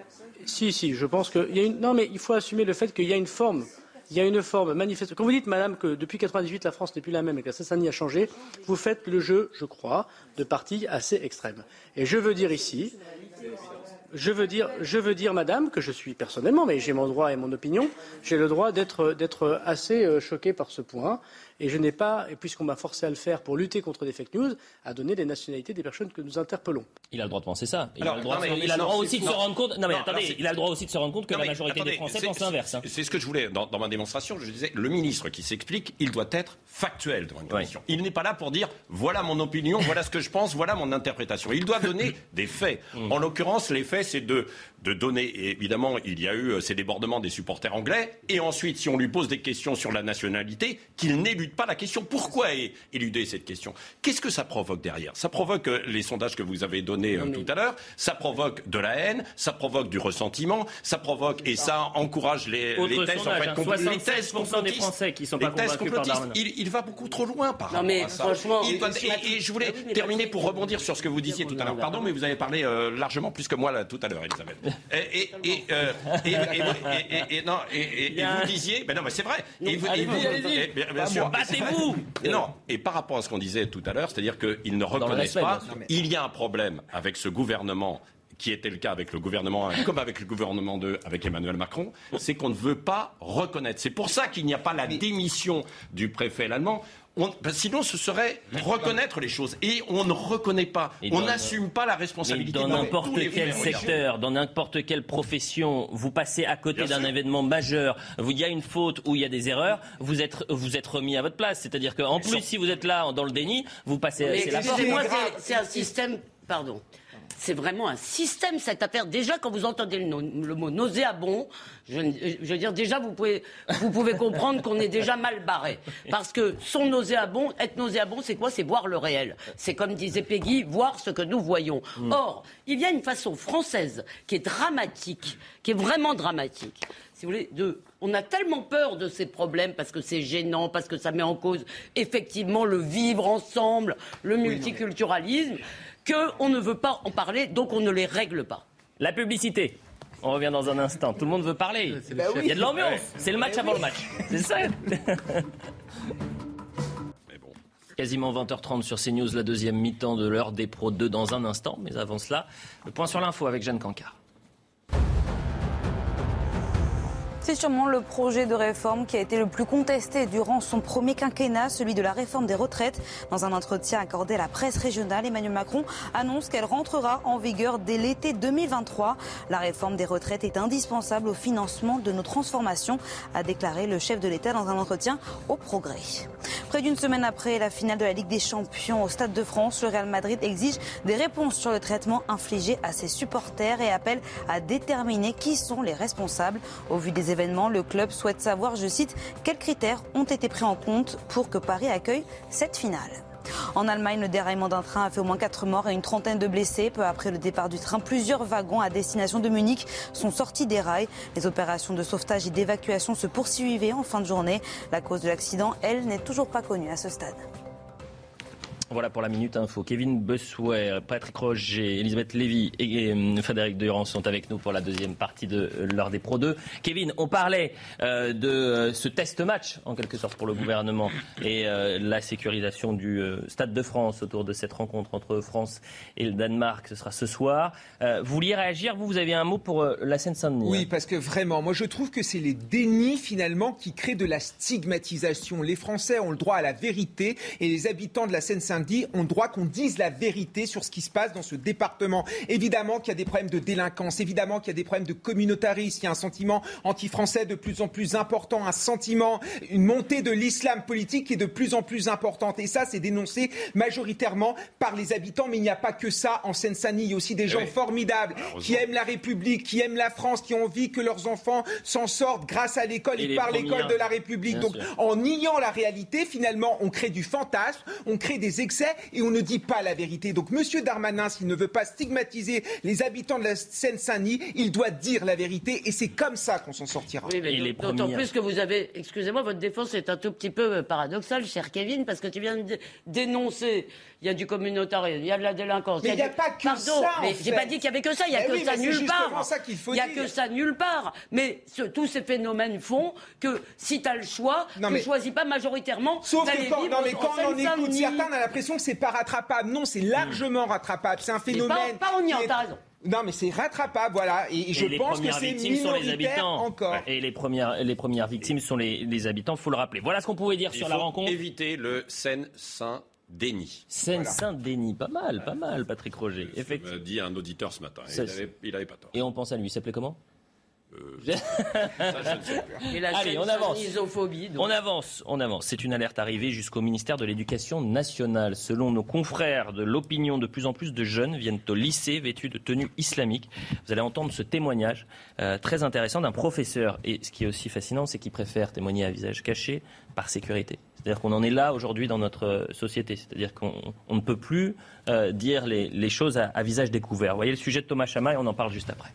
Si, si, je pense qu'il y a une... Non, mais il faut assumer le fait qu'il y a une forme... Il y a une forme manifeste. Quand vous dites, madame, que depuis quatre-vingt-dix-huit, la France n'est plus la même et que la Seine-Saint-Denis a changé, vous faites le jeu, je crois, de partis assez extrêmes. Et je veux dire ici... Je veux dire, je veux dire, madame, que je suis personnellement, mais j'ai mon droit et mon opinion, j'ai le droit d'être, d'être assez choqué par ce point. Et je n'ai pas, et puisqu'on m'a forcé à le faire pour lutter contre des fake news, à donner les nationalités des personnes que nous interpellons. Il a le droit de penser ça. Il Alors, a le droit, non, mais, il a le droit non, aussi de non, se rendre compte. Non mais non, attendez, alors, il a le droit aussi de se rendre compte que non, la mais, majorité attendez, des Français c'est, pensent l'inverse. Hein. C'est ce que je voulais dans, dans ma démonstration. Je disais, le ministre qui s'explique, il doit être factuel devant une commission. Ouais. Il n'est pas là pour dire voilà mon opinion, voilà ce que je pense, voilà mon interprétation. Il doit donner des faits. Mm. En l'occurrence, les faits, c'est de de donner. Et évidemment, il y a eu ces débordements des supporters anglais. Et ensuite, si on lui pose des questions sur la nationalité, qu'il n'élude pas la question. Pourquoi éluder cette question? Qu'est-ce que ça provoque derrière? Ça provoque euh, les sondages que vous avez donnés euh, mais... tout à l'heure. Ça provoque de la haine, ça provoque du ressentiment, ça provoque et ça encourage les, les thèses sondage, en fait, hein, compl- les thèses des Français qui sont pas convaincus par Darmanin. Il, il va beaucoup trop loin par non, rapport mais à ça. Franchement, il va, et, et je voulais oui, terminer pour rebondir sur ce que vous disiez tout à l'heure. Pardon, mais vous avez parlé euh, largement plus que moi là, tout à l'heure, Elisabeth. Et, et, et, euh, et, et, et, et, non, et, et, et vous disiez, ben non, mais c'est vrai. Et vous, et vous, et, bien, bien sûr, battez-vous. Et non. Et par rapport à ce qu'on disait tout à l'heure, c'est-à-dire qu'ils ne reconnaissent pas. Il y a un problème avec ce gouvernement, qui était le cas avec le gouvernement un, comme avec le gouvernement deux, avec Emmanuel Macron, c'est qu'on ne veut pas reconnaître. C'est pour ça qu'il n'y a pas la démission du préfet allemand. On, ben sinon, ce serait reconnaître les choses. Et on ne reconnaît pas. Et on n'assume pas la responsabilité. Dans n'importe quel secteur, dans n'importe quelle profession, vous passez à côté Bien d'un sûr. événement majeur, il y a une faute ou il y a des erreurs, vous êtes, vous êtes remis à votre place. C'est-à-dire qu'en plus, si vous êtes là dans le déni, vous passez Mais c'est la porte. Excusez-moi, c'est, c'est un système... Pardon. C'est vraiment un système, cette affaire. Déjà, quand vous entendez le, no- le mot nauséabond, je, je veux dire, déjà, vous pouvez, vous pouvez comprendre qu'on est déjà mal barré. Parce que son nauséabond, être nauséabond, c'est quoi? C'est voir le réel. C'est comme disait Peggy, voir ce que nous voyons. Mmh. Or, il y a une façon française qui est dramatique, qui est vraiment dramatique. Si vous voulez, de, on a tellement peur de ces problèmes parce que c'est gênant, parce que ça met en cause effectivement le vivre ensemble, le multiculturalisme. Oui, qu'on ne veut pas en parler, donc on ne les règle pas. La publicité. On revient dans un instant. Tout le monde veut parler. Bah oui. Il y a de l'ambiance. Ouais. C'est le match Mais avant oui. le match. C'est ça. Quasiment vingt heures trente sur CNews, la deuxième mi-temps de l'heure des Pro deux dans un instant. Mais avant cela, le point sur l'info avec Jeanne Cancard. C'est sûrement le projet de réforme qui a été le plus contesté durant son premier quinquennat, celui de la réforme des retraites. Dans un entretien accordé à la presse régionale, Emmanuel Macron annonce qu'elle rentrera en vigueur dès l'été deux mille vingt-trois. La réforme des retraites est indispensable au financement de nos transformations, a déclaré le chef de l'État dans un entretien au Progrès. Près d'une semaine après la finale de la Ligue des Champions au Stade de France, le Real Madrid exige des réponses sur le traitement infligé à ses supporters et appelle à déterminer qui sont les responsables. Au vu des événements, le club souhaite savoir, je cite, quels critères ont été pris en compte pour que Paris accueille cette finale. En Allemagne, le déraillement d'un train a fait au moins quatre morts et une trentaine de blessés. Peu après le départ du train, plusieurs wagons à destination de Munich sont sortis des rails. Les opérations de sauvetage et d'évacuation se poursuivaient en fin de journée. La cause de l'accident, elle, n'est toujours pas connue à ce stade. Voilà pour la Minute Info. Kevin Bossuet, Patrick Roger, Elisabeth Lévy et, et Frédéric Durand sont avec nous pour la deuxième partie de l'heure des Pro deux. Kevin, on parlait euh, de euh, ce test match, en quelque sorte, pour le gouvernement et euh, la sécurisation du euh, Stade de France autour de cette rencontre entre France et le Danemark. Ce sera ce soir. Euh, vous vouliez réagir? Vous, vous avez un mot pour euh, la Seine-Saint-Denis? Oui, parce que vraiment, moi je trouve que c'est les dénis finalement qui créent de la stigmatisation. Les Français ont le droit à la vérité et les habitants de la Seine-Saint-Denis ont le droit qu'on dise la vérité sur ce qui se passe dans ce département. Évidemment qu'il y a des problèmes de délinquance, évidemment qu'il y a des problèmes de communautarisme, il y a un sentiment anti-français de plus en plus important, un sentiment, une montée de l'islam politique qui est de plus en plus importante. Et ça, c'est dénoncé majoritairement par les habitants, mais il n'y a pas que ça en Seine-Saint-Denis. Il y a aussi des gens oui. formidables qui aiment la République, qui aiment la France, qui ont envie que leurs enfants s'en sortent grâce à l'école et, et par l'école de la République. Bien Donc, sûr. En niant la réalité, finalement, on crée du fantasme, on crée des excès et on ne dit pas la vérité. Donc M. Darmanin, s'il ne veut pas stigmatiser les habitants de la Seine-Saint-Denis, il doit dire la vérité et c'est comme ça qu'on s'en sortira. Oui, mais d'autant plus que vous avez, excusez-moi, votre défense est un tout petit peu paradoxale, cher Kevin, parce que tu viens de dénoncer, il y a du communautarisme, il y a de la délinquance. Mais il n'y a, a du... pas que Pardon, ça, mais en j'ai fait. pas dit qu'il y avait que ça, il y a mais que oui, ça nulle part. Ça qu'il faut il y a dire. que ça nulle part. Mais ce, tous ces phénomènes font que si tu as le choix, non, tu ne mais... choisis pas majoritairement. Sauf que quand, non, mais quand on en écoute certains, on a l'impression que c'est pas rattrapable. Non, c'est largement rattrapable. C'est un phénomène. Pas, pas on y en, t'as raison. Non, mais c'est rattrapable, voilà. Et, et je et pense que c'est minoritaire encore. Ouais. Et les premières, les premières victimes sont les, les habitants, il faut le rappeler. Voilà ce qu'on pouvait dire il sur la rencontre. Éviter le Seine-Saint-Denis. Seine-Saint-Denis, pas mal, pas mal, Patrick Roger. C'est ce m'a dit un auditeur ce matin. Il avait, il avait pas tort. Et on pense à lui, il s'appelait comment? Euh, ça, je ne sais plus. Et la Allez, on avance. Misophobie, donc. On avance, on avance. C'est une alerte arrivée jusqu'au ministère de l'Éducation nationale. Selon nos confrères de l'opinion, de plus en plus de jeunes viennent au lycée vêtus de tenues islamiques. Vous allez entendre ce témoignage euh, très intéressant d'un professeur. Et ce qui est aussi fascinant, c'est qu'il préfère témoigner à visage caché par sécurité. C'est-à-dire qu'on en est là aujourd'hui dans notre société. C'est-à-dire qu'on on ne peut plus euh, dire les, les choses à, à visage découvert. Vous voyez le sujet de Thomas Chama et on en parle juste après.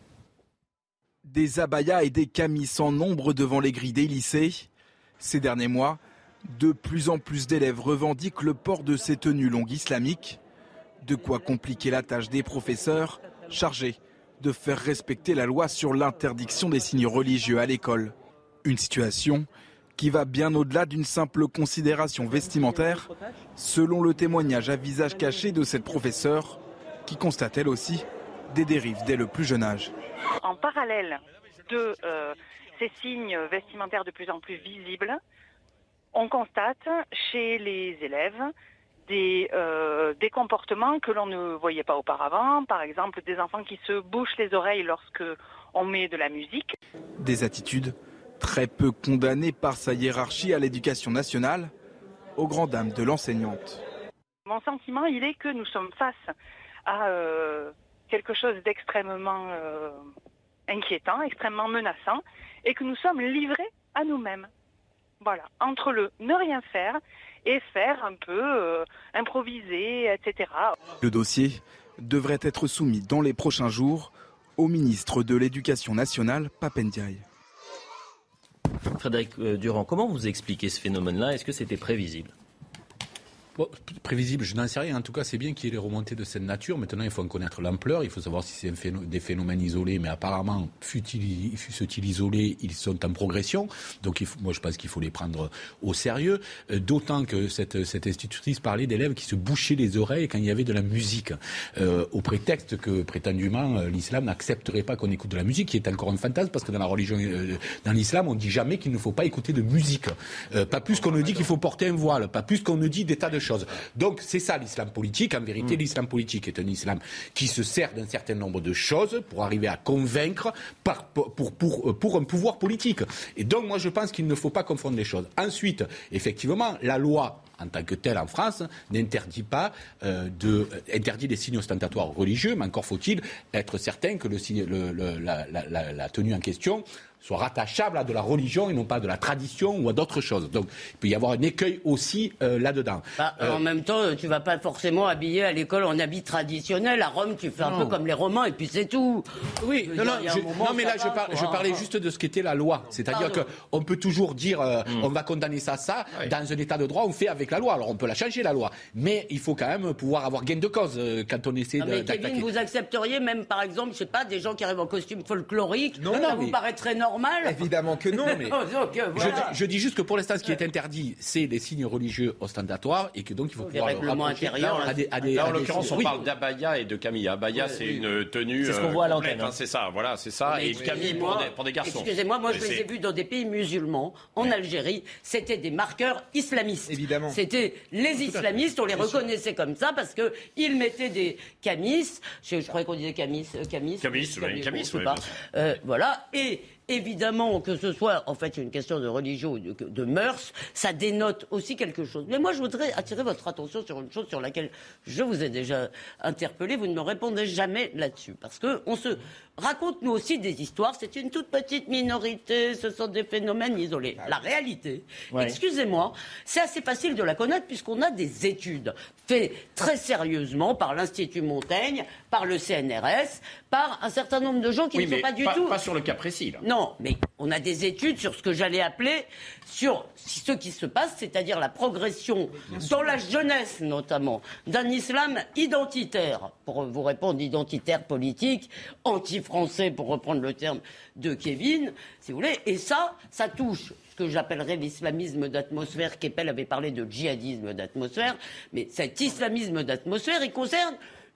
Des abayas et des camis sans nombre devant les grilles des lycées. Ces derniers mois, de plus en plus d'élèves revendiquent le port de ces tenues longues islamiques. De quoi compliquer la tâche des professeurs chargés de faire respecter la loi sur l'interdiction des signes religieux à l'école. Une situation qui va bien au-delà d'une simple considération vestimentaire, selon le témoignage à visage caché de cette professeure, qui constate elle aussi des dérives dès le plus jeune âge. En parallèle de euh, ces signes vestimentaires de plus en plus visibles, on constate chez les élèves des, euh, des comportements que l'on ne voyait pas auparavant. Par exemple, des enfants qui se bouchent les oreilles lorsque on met de la musique. Des attitudes très peu condamnées par sa hiérarchie à l'éducation nationale, aux grandes dames de l'enseignante. Mon sentiment, il est que nous sommes face à euh, quelque chose d'extrêmement euh, inquiétant, extrêmement menaçant, et que nous sommes livrés à nous-mêmes. Voilà, entre le ne rien faire et faire un peu euh, improviser, et cetera. Le dossier devrait être soumis dans les prochains jours au ministre de l'Éducation nationale, Pape Ndiaye. Frédéric Durand, comment vous expliquez ce phénomène-là? Est-ce que c'était prévisible? Bon, prévisible, je n'en sais rien. En tout cas, c'est bien qu'il y ait les remontées de cette nature. Maintenant, il faut en connaître l'ampleur. Il faut savoir si c'est un phénomène, des phénomènes isolés. Mais apparemment, fut-il, fut-il isolés, ils sont en progression. Donc, il faut, moi, je pense qu'il faut les prendre au sérieux. Euh, d'autant que cette, cette institutrice parlait d'élèves qui se bouchaient les oreilles quand il y avait de la musique. Euh, au prétexte que, prétendument, l'islam n'accepterait pas qu'on écoute de la musique, qui est encore un fantasme, parce que dans la religion, euh, dans l'islam, on dit jamais qu'il ne faut pas écouter de musique. Euh, pas plus qu'on ne dit qu'il faut porter un voile. Pas plus qu'on ne dit des tas de choses. Donc c'est ça l'islam politique. En vérité, mmh. l'islam politique est un islam qui se sert d'un certain nombre de choses pour arriver à convaincre par, pour, pour, pour, pour un pouvoir politique. Et donc moi je pense qu'il ne faut pas confondre les choses. Ensuite, effectivement, la loi en tant que telle en France n'interdit pas euh, de, euh, interdit les signes ostentatoires religieux, mais encore faut-il être certain que le, le, le, la, la, la tenue en question soit rattachable à de la religion et non pas de la tradition ou à d'autres choses. Donc il peut y avoir un écueil aussi euh, là-dedans. Bah, euh, en même temps, tu ne vas pas forcément habiller à l'école en habit traditionnel. À Rome, tu fais non. un peu comme les Romains et puis c'est tout. Oui, non, non, je, moment, non mais là, va, je, par, je parlais juste de ce qu'était la loi. C'est-à-dire qu'on peut toujours dire euh, mm. on va condamner ça, ça. Oui. Dans un état de droit, on fait avec la loi. Alors on peut la changer, la loi. Mais il faut quand même pouvoir avoir gain de cause euh, quand on essaie non, de, mais Kevin, d'attaquer. Vous accepteriez même, par exemple, je ne sais pas, des gens qui arrivent en costume folklorique. Non, ça non, vous mais... paraîtrait normal? Évidemment que non. Mais donc, euh, voilà. je, dis, je dis juste que pour l'instant, ce qui est interdit, c'est les signes religieux ostentatoires et que donc il faut les pouvoir règlements intérieurs. Là, à des, à des, là, en l'occurrence, on oui. parle d'abaya et de camille. Abaya, oui, c'est oui. une tenue. C'est ce qu'on voit à l'antenne. Hein. Hein, c'est ça, voilà, c'est ça. Mais et camille pour des, pour des garçons. Excusez-moi, moi, je les ai vus dans des pays musulmans, en oui. Algérie. C'était des marqueurs islamistes. Évidemment. C'était les islamistes, on les Bien reconnaissait sûr. Comme ça parce que ils mettaient des camis. Je, je croyais qu'on disait camis, camis. Camis, oui, camis, oui. Voilà et. Évidemment, que ce soit en fait une question de religion ou de, de mœurs, ça dénote aussi quelque chose. Mais moi, je voudrais attirer votre attention sur une chose sur laquelle je vous ai déjà interpellé. Vous ne me répondez jamais là-dessus. Parce qu'on se raconte, nous aussi, des histoires. C'est une toute petite minorité, ce sont des phénomènes isolés. La réalité, ouais. excusez-moi, c'est assez facile de la connaître puisqu'on a des études faites très sérieusement par l'Institut Montaigne, par le C N R S, par un certain nombre de gens qui oui, ne sont pas du pas, tout... pas sur le cas précis, là. Non, mais on a des études sur ce que j'allais appeler, sur ce qui se passe, c'est-à-dire la progression, dans la jeunesse notamment, d'un islam identitaire, pour vous répondre, identitaire politique, anti-français, pour reprendre le terme de Kevin, si vous voulez, et ça, ça touche ce que j'appellerais l'islamisme d'atmosphère. Keppel avait parlé de djihadisme d'atmosphère, mais cet islamisme d'atmosphère, il concerne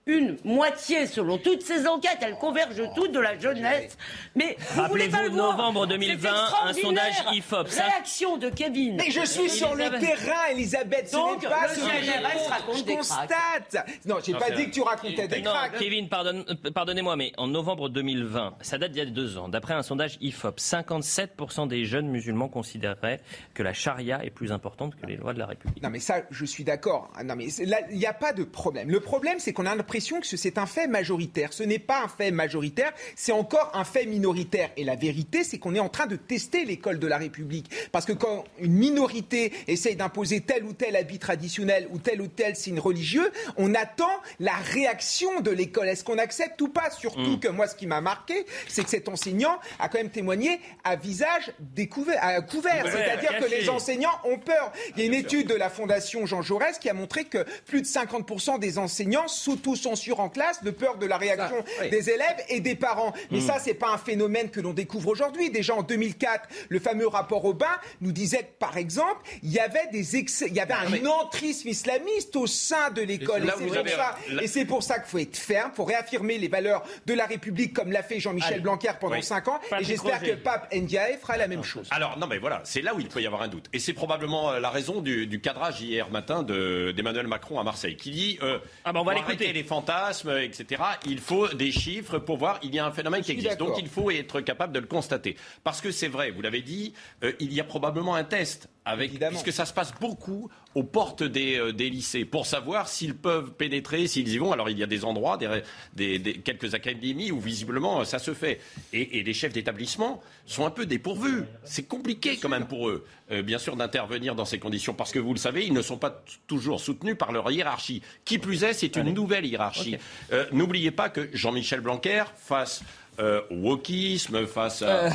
une moitié, selon toutes ces enquêtes, elles convergent toutes de la jeunesse. Mais vous voulez pas le voir. Novembre deux mille vingt, un sondage I F O P. Réaction de Kevin. Mais je suis sur le terrain, Elisabeth. Donc, ce n'est pas le ce C N R S raconte je des constate. Non, j'ai Non, pas c'est dit vrai. que tu racontais des Non, cracks. Kevin, pardonne, euh, pardonnez-moi, mais en novembre deux mille vingt, ça date d'il y a deux ans, d'après un sondage I F O P, cinquante-sept pour cent des jeunes musulmans considéraient que la charia est plus importante que les lois de la République. Non mais ça, je suis d'accord. Non mais c'est- là, il n'y a pas de problème. Le problème, c'est qu'on a l'impression que c'est un fait majoritaire. Ce n'est pas un fait majoritaire, c'est encore un fait minoritaire. Et la vérité, c'est qu'on est en train de tester l'école de la République. Parce que quand une minorité essaye d'imposer tel ou tel habit traditionnel ou tel ou tel signe religieux, on attend la réaction de l'école. Est-ce qu'on accepte ou pas ? Surtout Mm. que moi, ce qui m'a marqué, c'est que cet enseignant a quand même témoigné à visage découvert, à couvert. Ouais, C'est-à-dire que caché. les enseignants ont peur. Il y a une étude de la Fondation Jean Jaurès qui a montré que plus de cinquante pour cent des enseignants s'auto-censurent en classe de peur de la réaction Ça, oui. des élèves et des parents. Mais Mm. ça, c'est pas un phénomène que l'on découvre aujourd'hui. Déjà en deux mille quatre, le fameux rapport Aubin nous disait que, par exemple, il y avait des excès, il y avait un mais- entrisme islamiste au sein de l'école. Et Là, c'est vous pour avez- ça, là- et c'est pour ça qu'il faut être ferme, pour réaffirmer les valeurs de la République comme l'a fait Jean-Michel Allez. Blanquer pendant Oui. cinq ans. Patrick Et j'espère Roger. que Pape Ndiaye fera la même chose. Alors, non, mais voilà, c'est là où il peut y avoir un doute. Et c'est probablement euh, la raison du, du cadrage hier matin de, d'Emmanuel Macron à Marseille, qui dit euh, Ah ben, on va faut l'écouter. arrêter les fantasmes, et cetera. Il faut des chiffres pour voir, il y a un phénomène qui suis existe. d'accord. Donc, il faut être capable de le constater. Parce que c'est vrai, vous l'avez dit, euh, il y a probablement un test, avec, Évidemment. puisque ça se passe beaucoup aux portes des, euh, des lycées, pour savoir s'ils peuvent pénétrer, s'ils y vont. Alors, il y a des endroits, des, des, des- quelques académies où visiblement ça se fait. Et, et les chefs d'établissement sont un peu dépourvus. C'est compliqué quand même pour eux, euh, bien sûr, d'intervenir dans ces conditions, parce que vous le savez, ils ne sont pas t- toujours soutenus par leur hiérarchie. Qui plus est, c'est une Allez. nouvelle hiérarchie. Ok. Euh, n'oubliez pas que Jean-Michel Blanquer, face euh, au wokisme, face à,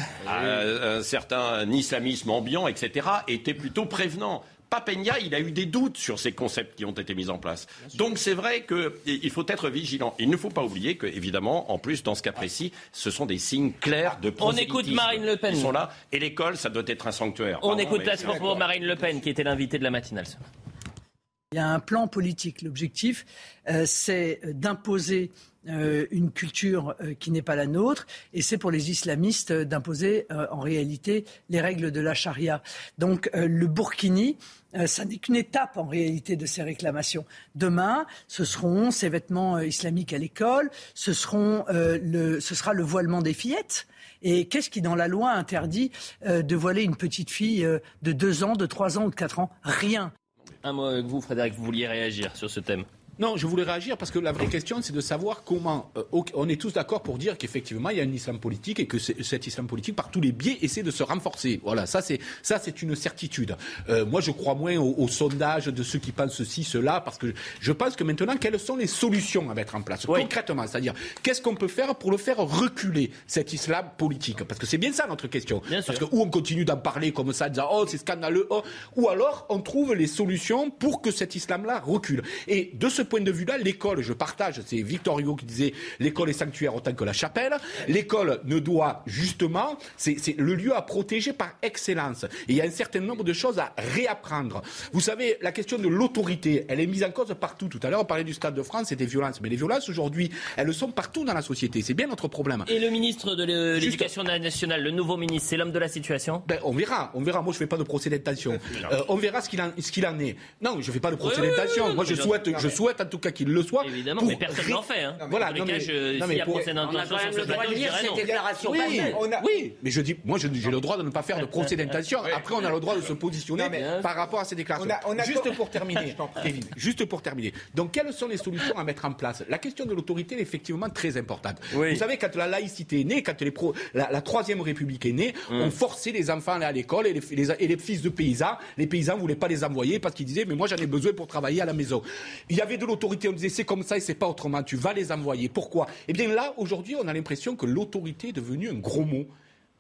à un certain islamisme ambiant, et cetera, était plutôt prévenant. Pape Ndiaye, il a eu des doutes sur ces concepts qui ont été mis en place. Donc c'est vrai qu'il faut être vigilant. Il ne faut pas oublier que, évidemment, en plus, dans ce cas précis, ce sont des signes clairs de On prosélytisme écoute Marine Le Pen. qui sont là. Et l'école, ça doit être un sanctuaire. On Pardon, écoute mais- Place pour Marine Le Pen, qui était l'invitée de la matinale. ce matin. Il y a un plan politique. L'objectif, euh, c'est d'imposer euh, une culture euh, qui n'est pas la nôtre, et c'est pour les islamistes euh, d'imposer euh, en réalité les règles de la charia. Donc euh, le burkini, euh, ça n'est qu'une étape en réalité de ces réclamations. Demain, ce seront ces vêtements euh, islamiques à l'école, ce, seront, euh, le, ce sera le voilement des fillettes. Et qu'est-ce qui, dans la loi, interdit euh, de voiler une petite fille euh, de deux ans, de trois ans ou de quatre ans ? Rien. Un mot avec vous, Frédéric, vous vouliez réagir sur ce thème. Non, je voulais réagir parce que la vraie question, c'est de savoir comment. Euh, on est tous d'accord pour dire qu'effectivement, il y a un islam politique et que cet islam politique, par tous les biais, essaie de se renforcer. Voilà, ça, c'est ça, c'est une certitude. Euh, moi, je crois moins au, au sondage de ceux qui pensent ceci, cela, parce que je pense que maintenant, quelles sont les solutions à mettre en place Oui. concrètement, c'est-à-dire qu'est-ce qu'on peut faire pour le faire reculer cet islam politique, parce que c'est bien ça notre question. Bien parce sûr. que ou on continue d'en parler comme ça, en disant oh c'est scandaleux, oh, ou alors on trouve les solutions pour que cet islam-là recule. Et de ce point de vue-là, l'école, je partage, c'est Victor Hugo qui disait l'école est sanctuaire autant que la chapelle. L'école ne doit justement, c'est, c'est le lieu à protéger par excellence. Et il y a un certain nombre de choses à réapprendre. Vous savez, la question de l'autorité, elle est mise en cause partout. Tout à l'heure, on parlait du Stade de France et des violences. Mais les violences, aujourd'hui, elles sont partout dans la société. C'est bien notre problème. Et le ministre de l'é- Juste- l'Éducation nationale, le nouveau ministre, c'est l'homme de la situation ? Ben, on verra, on verra. Moi, je fais pas de procès d'intention. Euh, on verra ce qu'il en, ce qu'il en est. Non, je fais pas de procès Oui, oui, d'intention. oui, Moi, oui, je mais souhaite, j'en- je souhaite en tout cas qu'il le soit. Évidemment, pour mais personne ré- n'en fait. Hein. Voilà, Dans tous non, les cas, mais- je- non, s'il y mais a pour- procès On a d'intention quand même sur le ce droit plateau, de je lire dirais ces non. déclarations Oui, passées. On a- oui, mais je dis, moi, je- j'ai le droit de ne pas faire de procès d'intention. Après, on a le droit de se positionner Non, mais- par rapport à ces déclarations. On a- on a- Juste pour terminer, Kevin, juste pour terminer. Donc, quelles sont les solutions à mettre en place ? La question de l'autorité est effectivement très importante. Oui. Vous savez, quand la laïcité est née, quand les pro- la, la troisième République est née, Hum. on forçait les enfants à aller à l'école et les, les- et les fils de paysans, les paysans voulaient pas les envoyer parce qu'ils disaient, mais moi, j'en ai besoin pour travailler à la maison. Il y avait de l'autorité, on disait, c'est comme ça et c'est pas autrement, tu vas les envoyer. Pourquoi ? Eh bien là, aujourd'hui, on a l'impression que l'autorité est devenue un gros mot.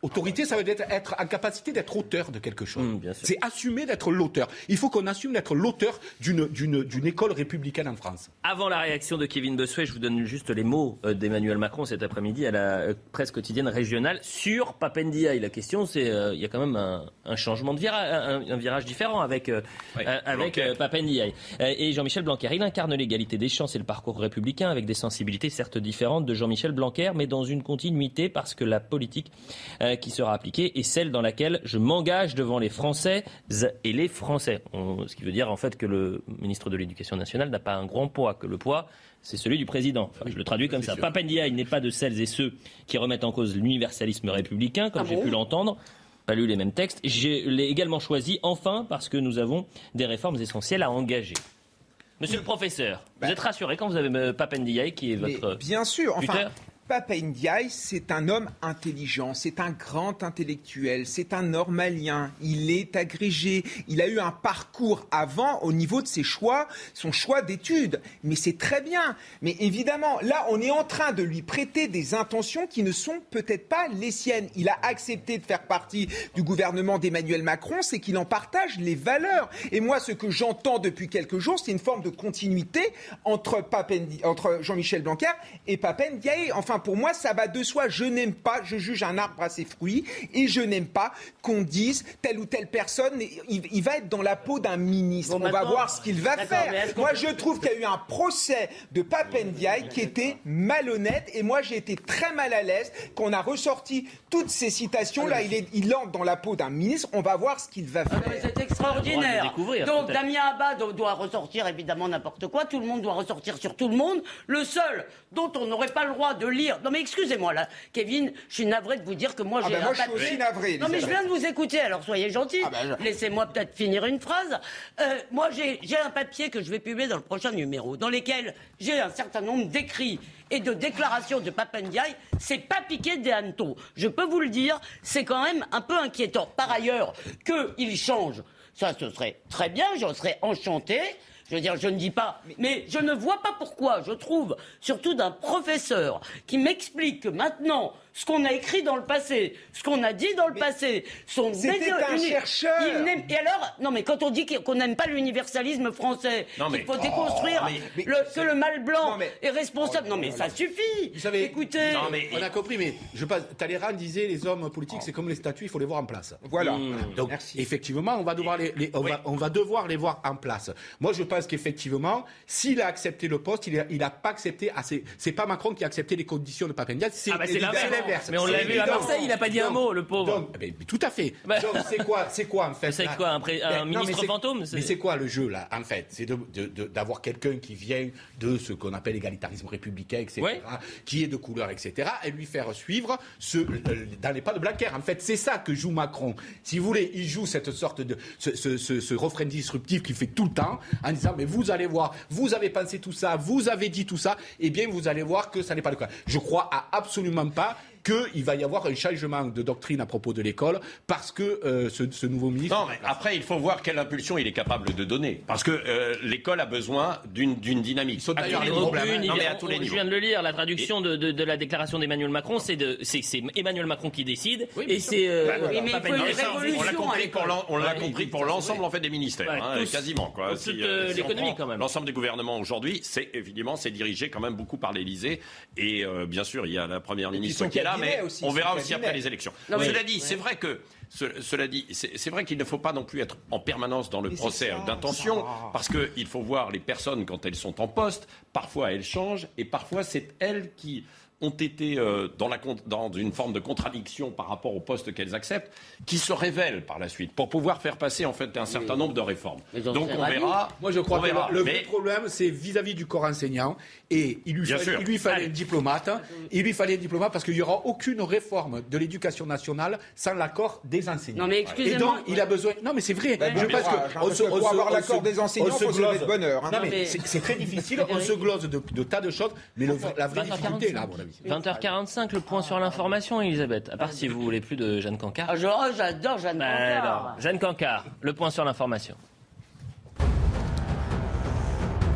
Autorité, ça veut dire être en capacité d'être auteur de quelque chose. Mmh, bien sûr. C'est assumer d'être l'auteur. Il faut qu'on assume d'être l'auteur d'une, d'une, d'une école républicaine en France. Avant la réaction de Kevin Bossuet, je vous donne juste les mots d'Emmanuel Macron cet après-midi à la presse quotidienne régionale sur Pap Ndiaye. La question, c'est euh, il y a quand même un, un changement de virage, un, un virage différent avec, euh, oui, euh, avec euh, Pap Ndiaye. Euh, et Jean-Michel Blanquer, il incarne l'égalité des chances et le parcours républicain avec des sensibilités certes différentes de Jean-Michel Blanquer, mais dans une continuité parce que la politique euh, qui sera appliquée est celle dans laquelle je m'engage devant les Françaises et les Français. On, ce qui veut dire en fait que le ministre de l'Éducation nationale n'a pas un grand poids, que le poids c'est celui du président. Enfin, je le traduis comme ça. Pap Ndiaye n'est pas de celles et ceux qui remettent en cause l'universalisme républicain, comme ah j'ai bon pu l'entendre. Pas lu les mêmes textes. Je l'ai également choisi, enfin, parce que nous avons des réformes essentielles à engager. Monsieur le professeur, bah, vous êtes rassuré quand vous avez Pap Ndiaye qui est votre bien sûr, enfin, tuteur ? Pap Ndiaye, c'est un homme intelligent, c'est un grand intellectuel, c'est un normalien, il est agrégé, il a eu un parcours avant au niveau de ses choix, son choix d'études, mais c'est très bien. Mais évidemment, là, on est en train de lui prêter des intentions qui ne sont peut-être pas les siennes. Il a accepté de faire partie du gouvernement d'Emmanuel Macron, c'est qu'il en partage les valeurs. Et moi, ce que j'entends depuis quelques jours, c'est une forme de continuité entre, Pap Ndiaye, entre Jean-Michel Blanquer et Pap Ndiaye. Enfin, pour moi, ça va de soi. Je n'aime pas, je juge un arbre à ses fruits, et je n'aime pas qu'on dise telle ou telle personne, il, il va être dans la peau d'un ministre. Bon, on va voir ce qu'il va faire. Moi, je trouve qu'il y a eu un procès de Pap Ndiaye qui était malhonnête, et moi, j'ai été très mal à l'aise qu'on a ressorti toutes ces citations. Là, il, est, il entre dans la peau d'un ministre. On va voir ce qu'il va faire. Ah, c'est extraordinaire. Donc, Damien Abad doit ressortir évidemment n'importe quoi. Tout le monde doit ressortir sur tout le monde. Le seul dont on n'aurait pas le droit de lire. Non, mais excusez-moi, là, Kevin, je suis navré de vous dire que moi, ah j'ai ben un moi, papier... je suis aussi navré. Non, mais je viens de vous écouter, alors soyez gentils. Ah ben je... Laissez-moi peut-être finir une phrase. Euh, moi, j'ai, j'ai un papier que je vais publier dans le prochain numéro, dans lequel j'ai un certain nombre d'écrits et de déclarations de Pap Ndiaye. C'est pas piqué des hannetons. Je peux vous le dire, c'est quand même un peu inquiétant. Par ailleurs, qu'il change, ça, ce serait très bien, j'en serais enchanté. Je veux dire, je ne dis pas, mais je ne vois pas pourquoi, je trouve, surtout d'un professeur qui m'explique que maintenant, ce qu'on a écrit dans le passé, ce qu'on a dit dans le mais passé, sont c'était des... un uni... chercheur. Il et alors, non mais quand on dit qu'on n'aime pas l'universalisme français, non, mais... qu'il faut déconstruire oh, mais... le... que le mal blanc non, mais... est responsable, non mais ça suffit. Vous savez, écoutez, non, mais... on a compris, mais je passe. Talleyrand disait les hommes politiques, oh. c'est comme les statues, il faut les voir en place. Voilà. Mmh. Donc, merci. Effectivement, on va devoir les, les... On, oui. va... on va devoir les voir en place. Moi, je pense qu'effectivement, s'il a accepté le poste, il n'a il a pas accepté. Assez... C'est pas Macron qui a accepté les conditions de Pap Ndiaye, c'est, ah bah c'est l'inverse. Mais on l'a vu à Marseille, il n'a pas dit donc, un mot, le pauvre. Donc, mais, mais tout à fait. Bah, donc c'est quoi, c'est quoi en fait C'est quoi, un, pré, un mais, ministre non, mais fantôme c'est... Mais c'est quoi le jeu là, en fait? C'est de, de, de, d'avoir quelqu'un qui vient de ce qu'on appelle l'égalitarisme républicain, et cetera, ouais. qui est de couleur, et cetera, et lui faire suivre ce, dans les pas de Blanquer. En fait, c'est ça que joue Macron. Si vous voulez, il joue cette sorte de ce, ce, ce, ce refrain disruptif qu'il fait tout le temps, en disant mais vous allez voir, vous avez pensé tout ça, vous avez dit tout ça, et bien vous allez voir que ça n'est pas le cas. Je crois à absolument pas qu'il va y avoir un changement de doctrine à propos de l'école parce que euh, ce, ce nouveau ministre... Non, mais après, il faut voir quelle impulsion il est capable de donner. Parce que euh, l'école a besoin d'une, d'une dynamique. Ils sont d'ailleurs les problèmes. Non, mais à tous les niveaux. Je viens de le lire, la traduction de, de, de la déclaration d'Emmanuel Macron, c'est, de, c'est, c'est Emmanuel Macron qui décide. Oui, et c'est... Euh, bah, oui, mais il faut une révolution. On l'a compris pour, l'en, on l'a compris pour l'ensemble en fait, des ministères, ouais, hein, tous, quasiment. Quoi. Si, euh, si l'économie, quand même. L'ensemble des gouvernements aujourd'hui, c'est évidemment, c'est dirigé quand même beaucoup par l'Élysée. Et euh, bien sûr, il y a la première ministre qui est là, mais on verra aussi après les élections. Non, cela oui, dit, oui. c'est vrai que ce, cela dit, c'est, c'est vrai qu'il ne faut pas non plus être en permanence dans le mais procès ça, d'intention, parce qu'il faut voir les personnes quand elles sont en poste. Parfois elles changent et parfois c'est elles qui ont été euh, dans, la, dans une forme de contradiction par rapport au poste qu'elles acceptent, qui se révèlent par la suite pour pouvoir faire passer en fait un certain oui. nombre de réformes. Donc on verra. Moi je crois que verra. le, le mais... vrai problème c'est vis-à-vis du corps enseignant et il lui, fallait, il lui fallait un diplomate. Il lui fallait un diplomate parce qu'il n'y aura aucune réforme de l'éducation nationale sans l'accord des enseignants. Non mais excusez-moi. Et donc il a besoin. Non mais c'est vrai. Ben, je pense que on se, pour avoir l'accord des enseignants, il faut se lever de bonne heure. Hein. Non, mais mais... C'est, c'est très difficile. On se glose de, de tas de choses, mais le, la vraie difficulté là, à mon avis. vingt heures quarante-cinq, le point sur l'information, Elisabeth. À part si vous voulez plus de Jeanne Cancard. Ah, oh, j'adore Jeanne bah, Cancard. Alors, Jeanne Cancard, le point sur l'information.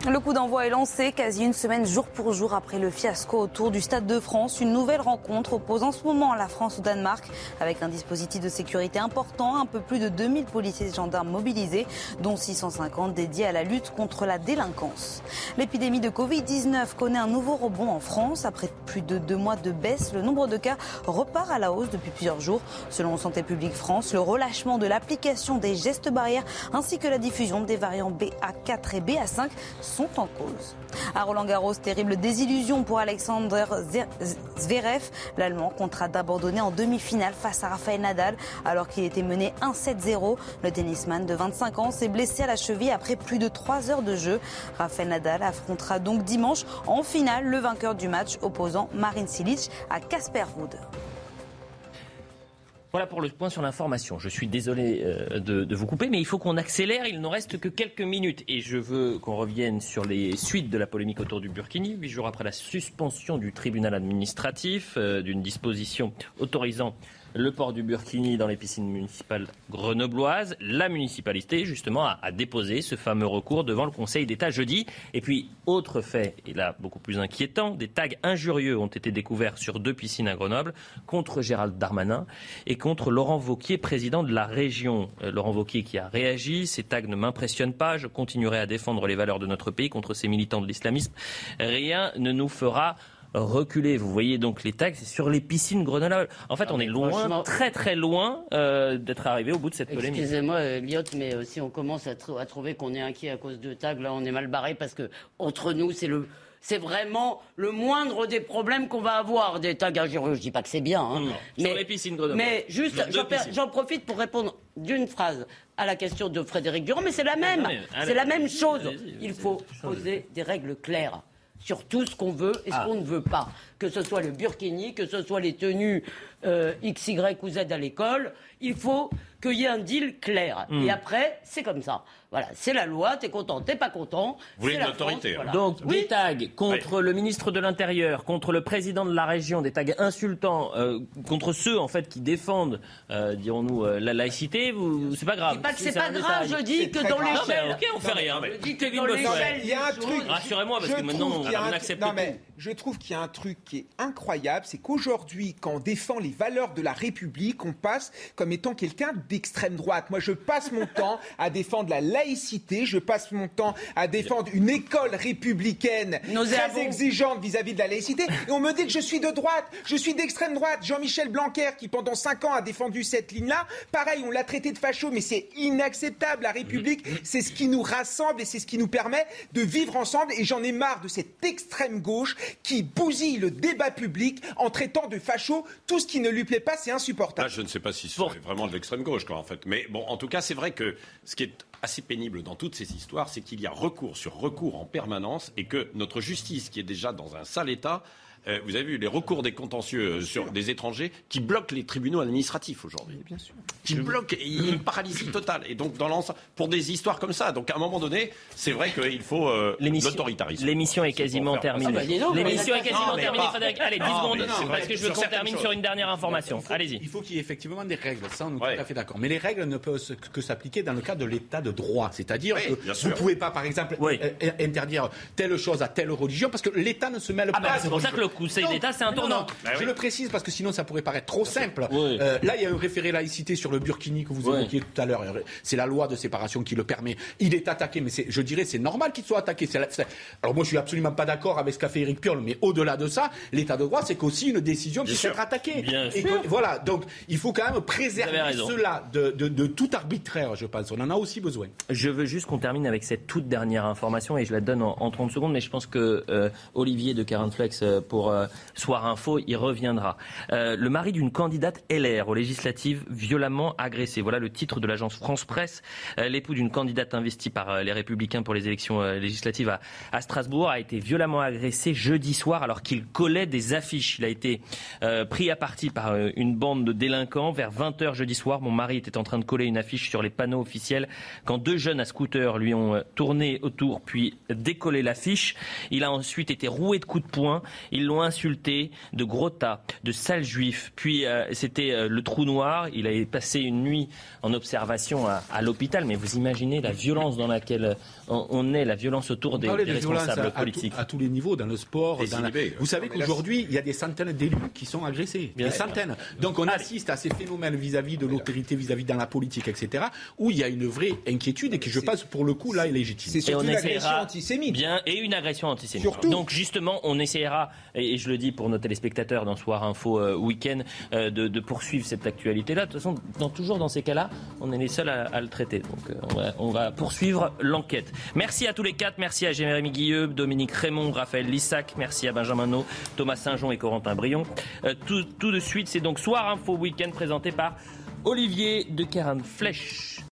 Le coup d'envoi est lancé quasi une semaine jour pour jour après le fiasco autour du Stade de France. Une nouvelle rencontre oppose en ce moment la France au Danemark avec un dispositif de sécurité important. Un peu plus de deux mille policiers et gendarmes mobilisés, dont six cent cinquante dédiés à la lutte contre la délinquance. L'épidémie de covid dix-neuf connaît un nouveau rebond en France. Après plus de deux mois de baisse, le nombre de cas repart à la hausse depuis plusieurs jours. Selon Santé publique France, le relâchement de l'application des gestes barrières ainsi que la diffusion des variants B A quatre et B A cinq sont en cause. À Roland-Garros, terrible désillusion pour Alexander Zverev. L'Allemand contraint d'abandonner en demi-finale face à Rafael Nadal alors qu'il était mené un sept zéro. Le tennisman de vingt-cinq ans s'est blessé à la cheville après plus de trois heures de jeu. Rafael Nadal affrontera donc dimanche en finale le vainqueur du match opposant Marin Cilic à Casper Ruud. Voilà pour le point sur l'information. Je suis désolé euh, de, de vous couper, mais il faut qu'on accélère. Il ne reste que quelques minutes. Et je veux qu'on revienne sur les suites de la polémique autour du Burkini. Huit jours après la suspension du tribunal administratif euh, d'une disposition autorisant le port du burkini dans les piscines municipales grenobloises, la municipalité, justement, a, a déposé ce fameux recours devant le Conseil d'État jeudi. Et puis, autre fait, et là, beaucoup plus inquiétant, des tags injurieux ont été découverts sur deux piscines à Grenoble contre Gérald Darmanin et contre Laurent Wauquiez, président de la région. Euh, Laurent Wauquiez qui a réagi. Ces tags ne m'impressionnent pas. Je continuerai à défendre les valeurs de notre pays contre ces militants de l'islamisme. Rien ne nous fera reculer. Vous voyez donc les tags, c'est sur les piscines Grenoble. En fait, on est loin, très très loin euh, d'être arrivé au bout de cette polémique. Excusez-moi, Elliot, mais euh, si on commence à, tr- à trouver qu'on est inquiet à cause de tags, là, on est mal barré parce que entre nous, c'est le... C'est vraiment le moindre des problèmes qu'on va avoir, des tags injurieux. Je dis pas que c'est bien, hein. Non, mais, sur les piscines Grenoble. Mais juste, j'en, j'en profite pour répondre d'une phrase à la question de Frédéric Durand, mais c'est la même. Allez, allez, c'est la même chose. Allez-y, Il faut poser des règles claires sur tout ce qu'on veut et ce ah. qu'on ne veut pas. Que ce soit le burkini, que ce soit les tenues euh, X, Y ou Z à l'école, il faut qu'il y ait un deal clair. Mm. Et après, c'est comme ça. Voilà, c'est la loi, t'es content, t'es pas content. Vous voulez une autorité. Voilà. Donc, oui. Des tags contre oui. le ministre de l'Intérieur, contre le président de la région, des tags insultants, euh, contre ceux, en fait, qui défendent, euh, dirons-nous, euh, la laïcité, vous, c'est pas grave. Je dis pas que si c'est, c'est pas grave, je dis que dans l'échelle... Non, mais, ok, on fait rien. Je dis que dans l'échelle... Il y a un truc... Rassurez-moi, parce que maintenant, on accepte tout. Non, mais je trouve qu'il y a un truc qui est incroyable, c'est qu'aujourd'hui, quand on défend les valeurs de la République, on passe comme étant quelqu'un d'extrême droite. Moi, je passe mon temps à défendre la laïcité, je passe mon temps à défendre une école républicaine très exigeante vis-à-vis de la laïcité, et on me dit que je suis de droite, je suis d'extrême droite. Jean-Michel Blanquer, qui pendant cinq ans a défendu cette ligne-là, pareil, on l'a traité de facho, mais c'est inacceptable. La République, c'est ce qui nous rassemble et c'est ce qui nous permet de vivre ensemble, et j'en ai marre de cette extrême gauche qui bousille le débat public en traitant de facho tout ce qui ne lui plaît pas, c'est insupportable. Là, je ne sais pas si c'est vraiment de l'extrême gauche, quoi, en fait. Mais bon, en tout cas, c'est vrai que ce qui est assez pénible dans toutes ces histoires, c'est qu'il y a recours sur recours en permanence et que notre justice, qui est déjà dans un sale état, euh, vous avez vu les recours des contentieux sur des étrangers qui bloquent les tribunaux administratifs aujourd'hui. Bien sûr. Qui bloquent, il y a une paralysie totale. Et donc, dans l'ensemble, pour des histoires comme ça, donc à un moment donné, c'est vrai qu'il faut euh, l'autoritarisme. L'émission est quasiment terminée. Ah bah, non, L'émission est quasiment non, terminée, pas... Frédéric. Allez, dix non, secondes, non, parce que je veux qu'on termine sur une dernière information. Il faut, Allez-y. Il faut qu'il y ait effectivement des règles, ça on est ouais. tout à fait d'accord. Mais les règles ne peuvent que s'appliquer dans le cadre de l'état de droit. C'est-à-dire oui, que vous ne pouvez pas, par exemple, oui. euh, interdire telle chose à telle religion, parce que l'État ne se mêle ah pas. Bah, c'est pour ça que le Conseil d'État, c'est un tournant. Non, bah je oui. le précise parce que sinon ça pourrait paraître trop simple. Oui. Euh, là, il y a un référé laïcité sur le burkini que vous oui. évoquiez tout à l'heure. C'est la loi de séparation qui le permet. Il est attaqué, mais c'est, je dirais c'est normal qu'il soit attaqué. C'est la, c'est... Alors moi, je suis absolument pas d'accord avec ce qu'a fait Éric Piolle, mais au-delà de ça, l'état de droit, c'est qu'aussi une décision qui peut être attaquée. Bien Et sûr. Que, voilà, donc il faut quand même préserver cela de, de, de tout arbitraire, je pense. On en a aussi besoin. Je veux juste qu'on termine avec cette toute dernière information et je la donne en, en trente secondes, mais je pense que euh, Olivier de Carinflex pour euh, Soir Info y reviendra. Euh, le mari d'une candidate L R aux législatives violemment agressé. Voilà le titre de l'agence France Presse. Euh, l'époux d'une candidate investie par euh, les Républicains pour les élections euh, législatives à, à Strasbourg a été violemment agressé jeudi soir alors qu'il collait des affiches. Il a été euh, pris à partie par euh, une bande de délinquants. Vers vingt heures jeudi soir, mon mari était en train de coller une affiche sur les panneaux officiels quand deux jeunes à scooter lui ont euh, tourné autour puis décollé l'affiche. Il a ensuite été roué de coups de poing. Ils l'ont l'ont insulté de gros tas, de sales juifs. Puis euh, c'était euh, le trou noir. Il avait passé une nuit en observation à, à l'hôpital. Mais vous imaginez la violence dans laquelle on, on est, la violence autour des, des de responsables à, politiques. À, tout, à tous les niveaux, dans le sport. Dans la... Vous savez qu'aujourd'hui, il y a des centaines d'élus qui sont agressés. Bien des centaines. Donc on assiste à ces phénomènes vis-à-vis de l'autorité, vis-à-vis dans la politique, et cetera, où il y a une vraie inquiétude et qui, je pense, pour le coup, là, est légitime. C'est surtout une agression antisémite. Bien, et une agression antisémite. Surtout. Donc justement, on essaiera, et je le dis pour nos téléspectateurs dans Soir Info euh, Week-end, euh, de, de poursuivre cette actualité-là. De toute façon, dans, toujours dans ces cas-là, on est les seuls à, à le traiter. Donc euh, on, va, on va poursuivre l'enquête. Merci à tous les quatre. Merci à Jérémy Guilleux, Dominique Raymond, Raphaël Lissac. Merci à Benjamin Nau, Thomas Saint-Jean et Corentin Brion. Euh, tout, tout de suite, c'est donc Soir Info Week-end présenté par Olivier de Keren-Flèche.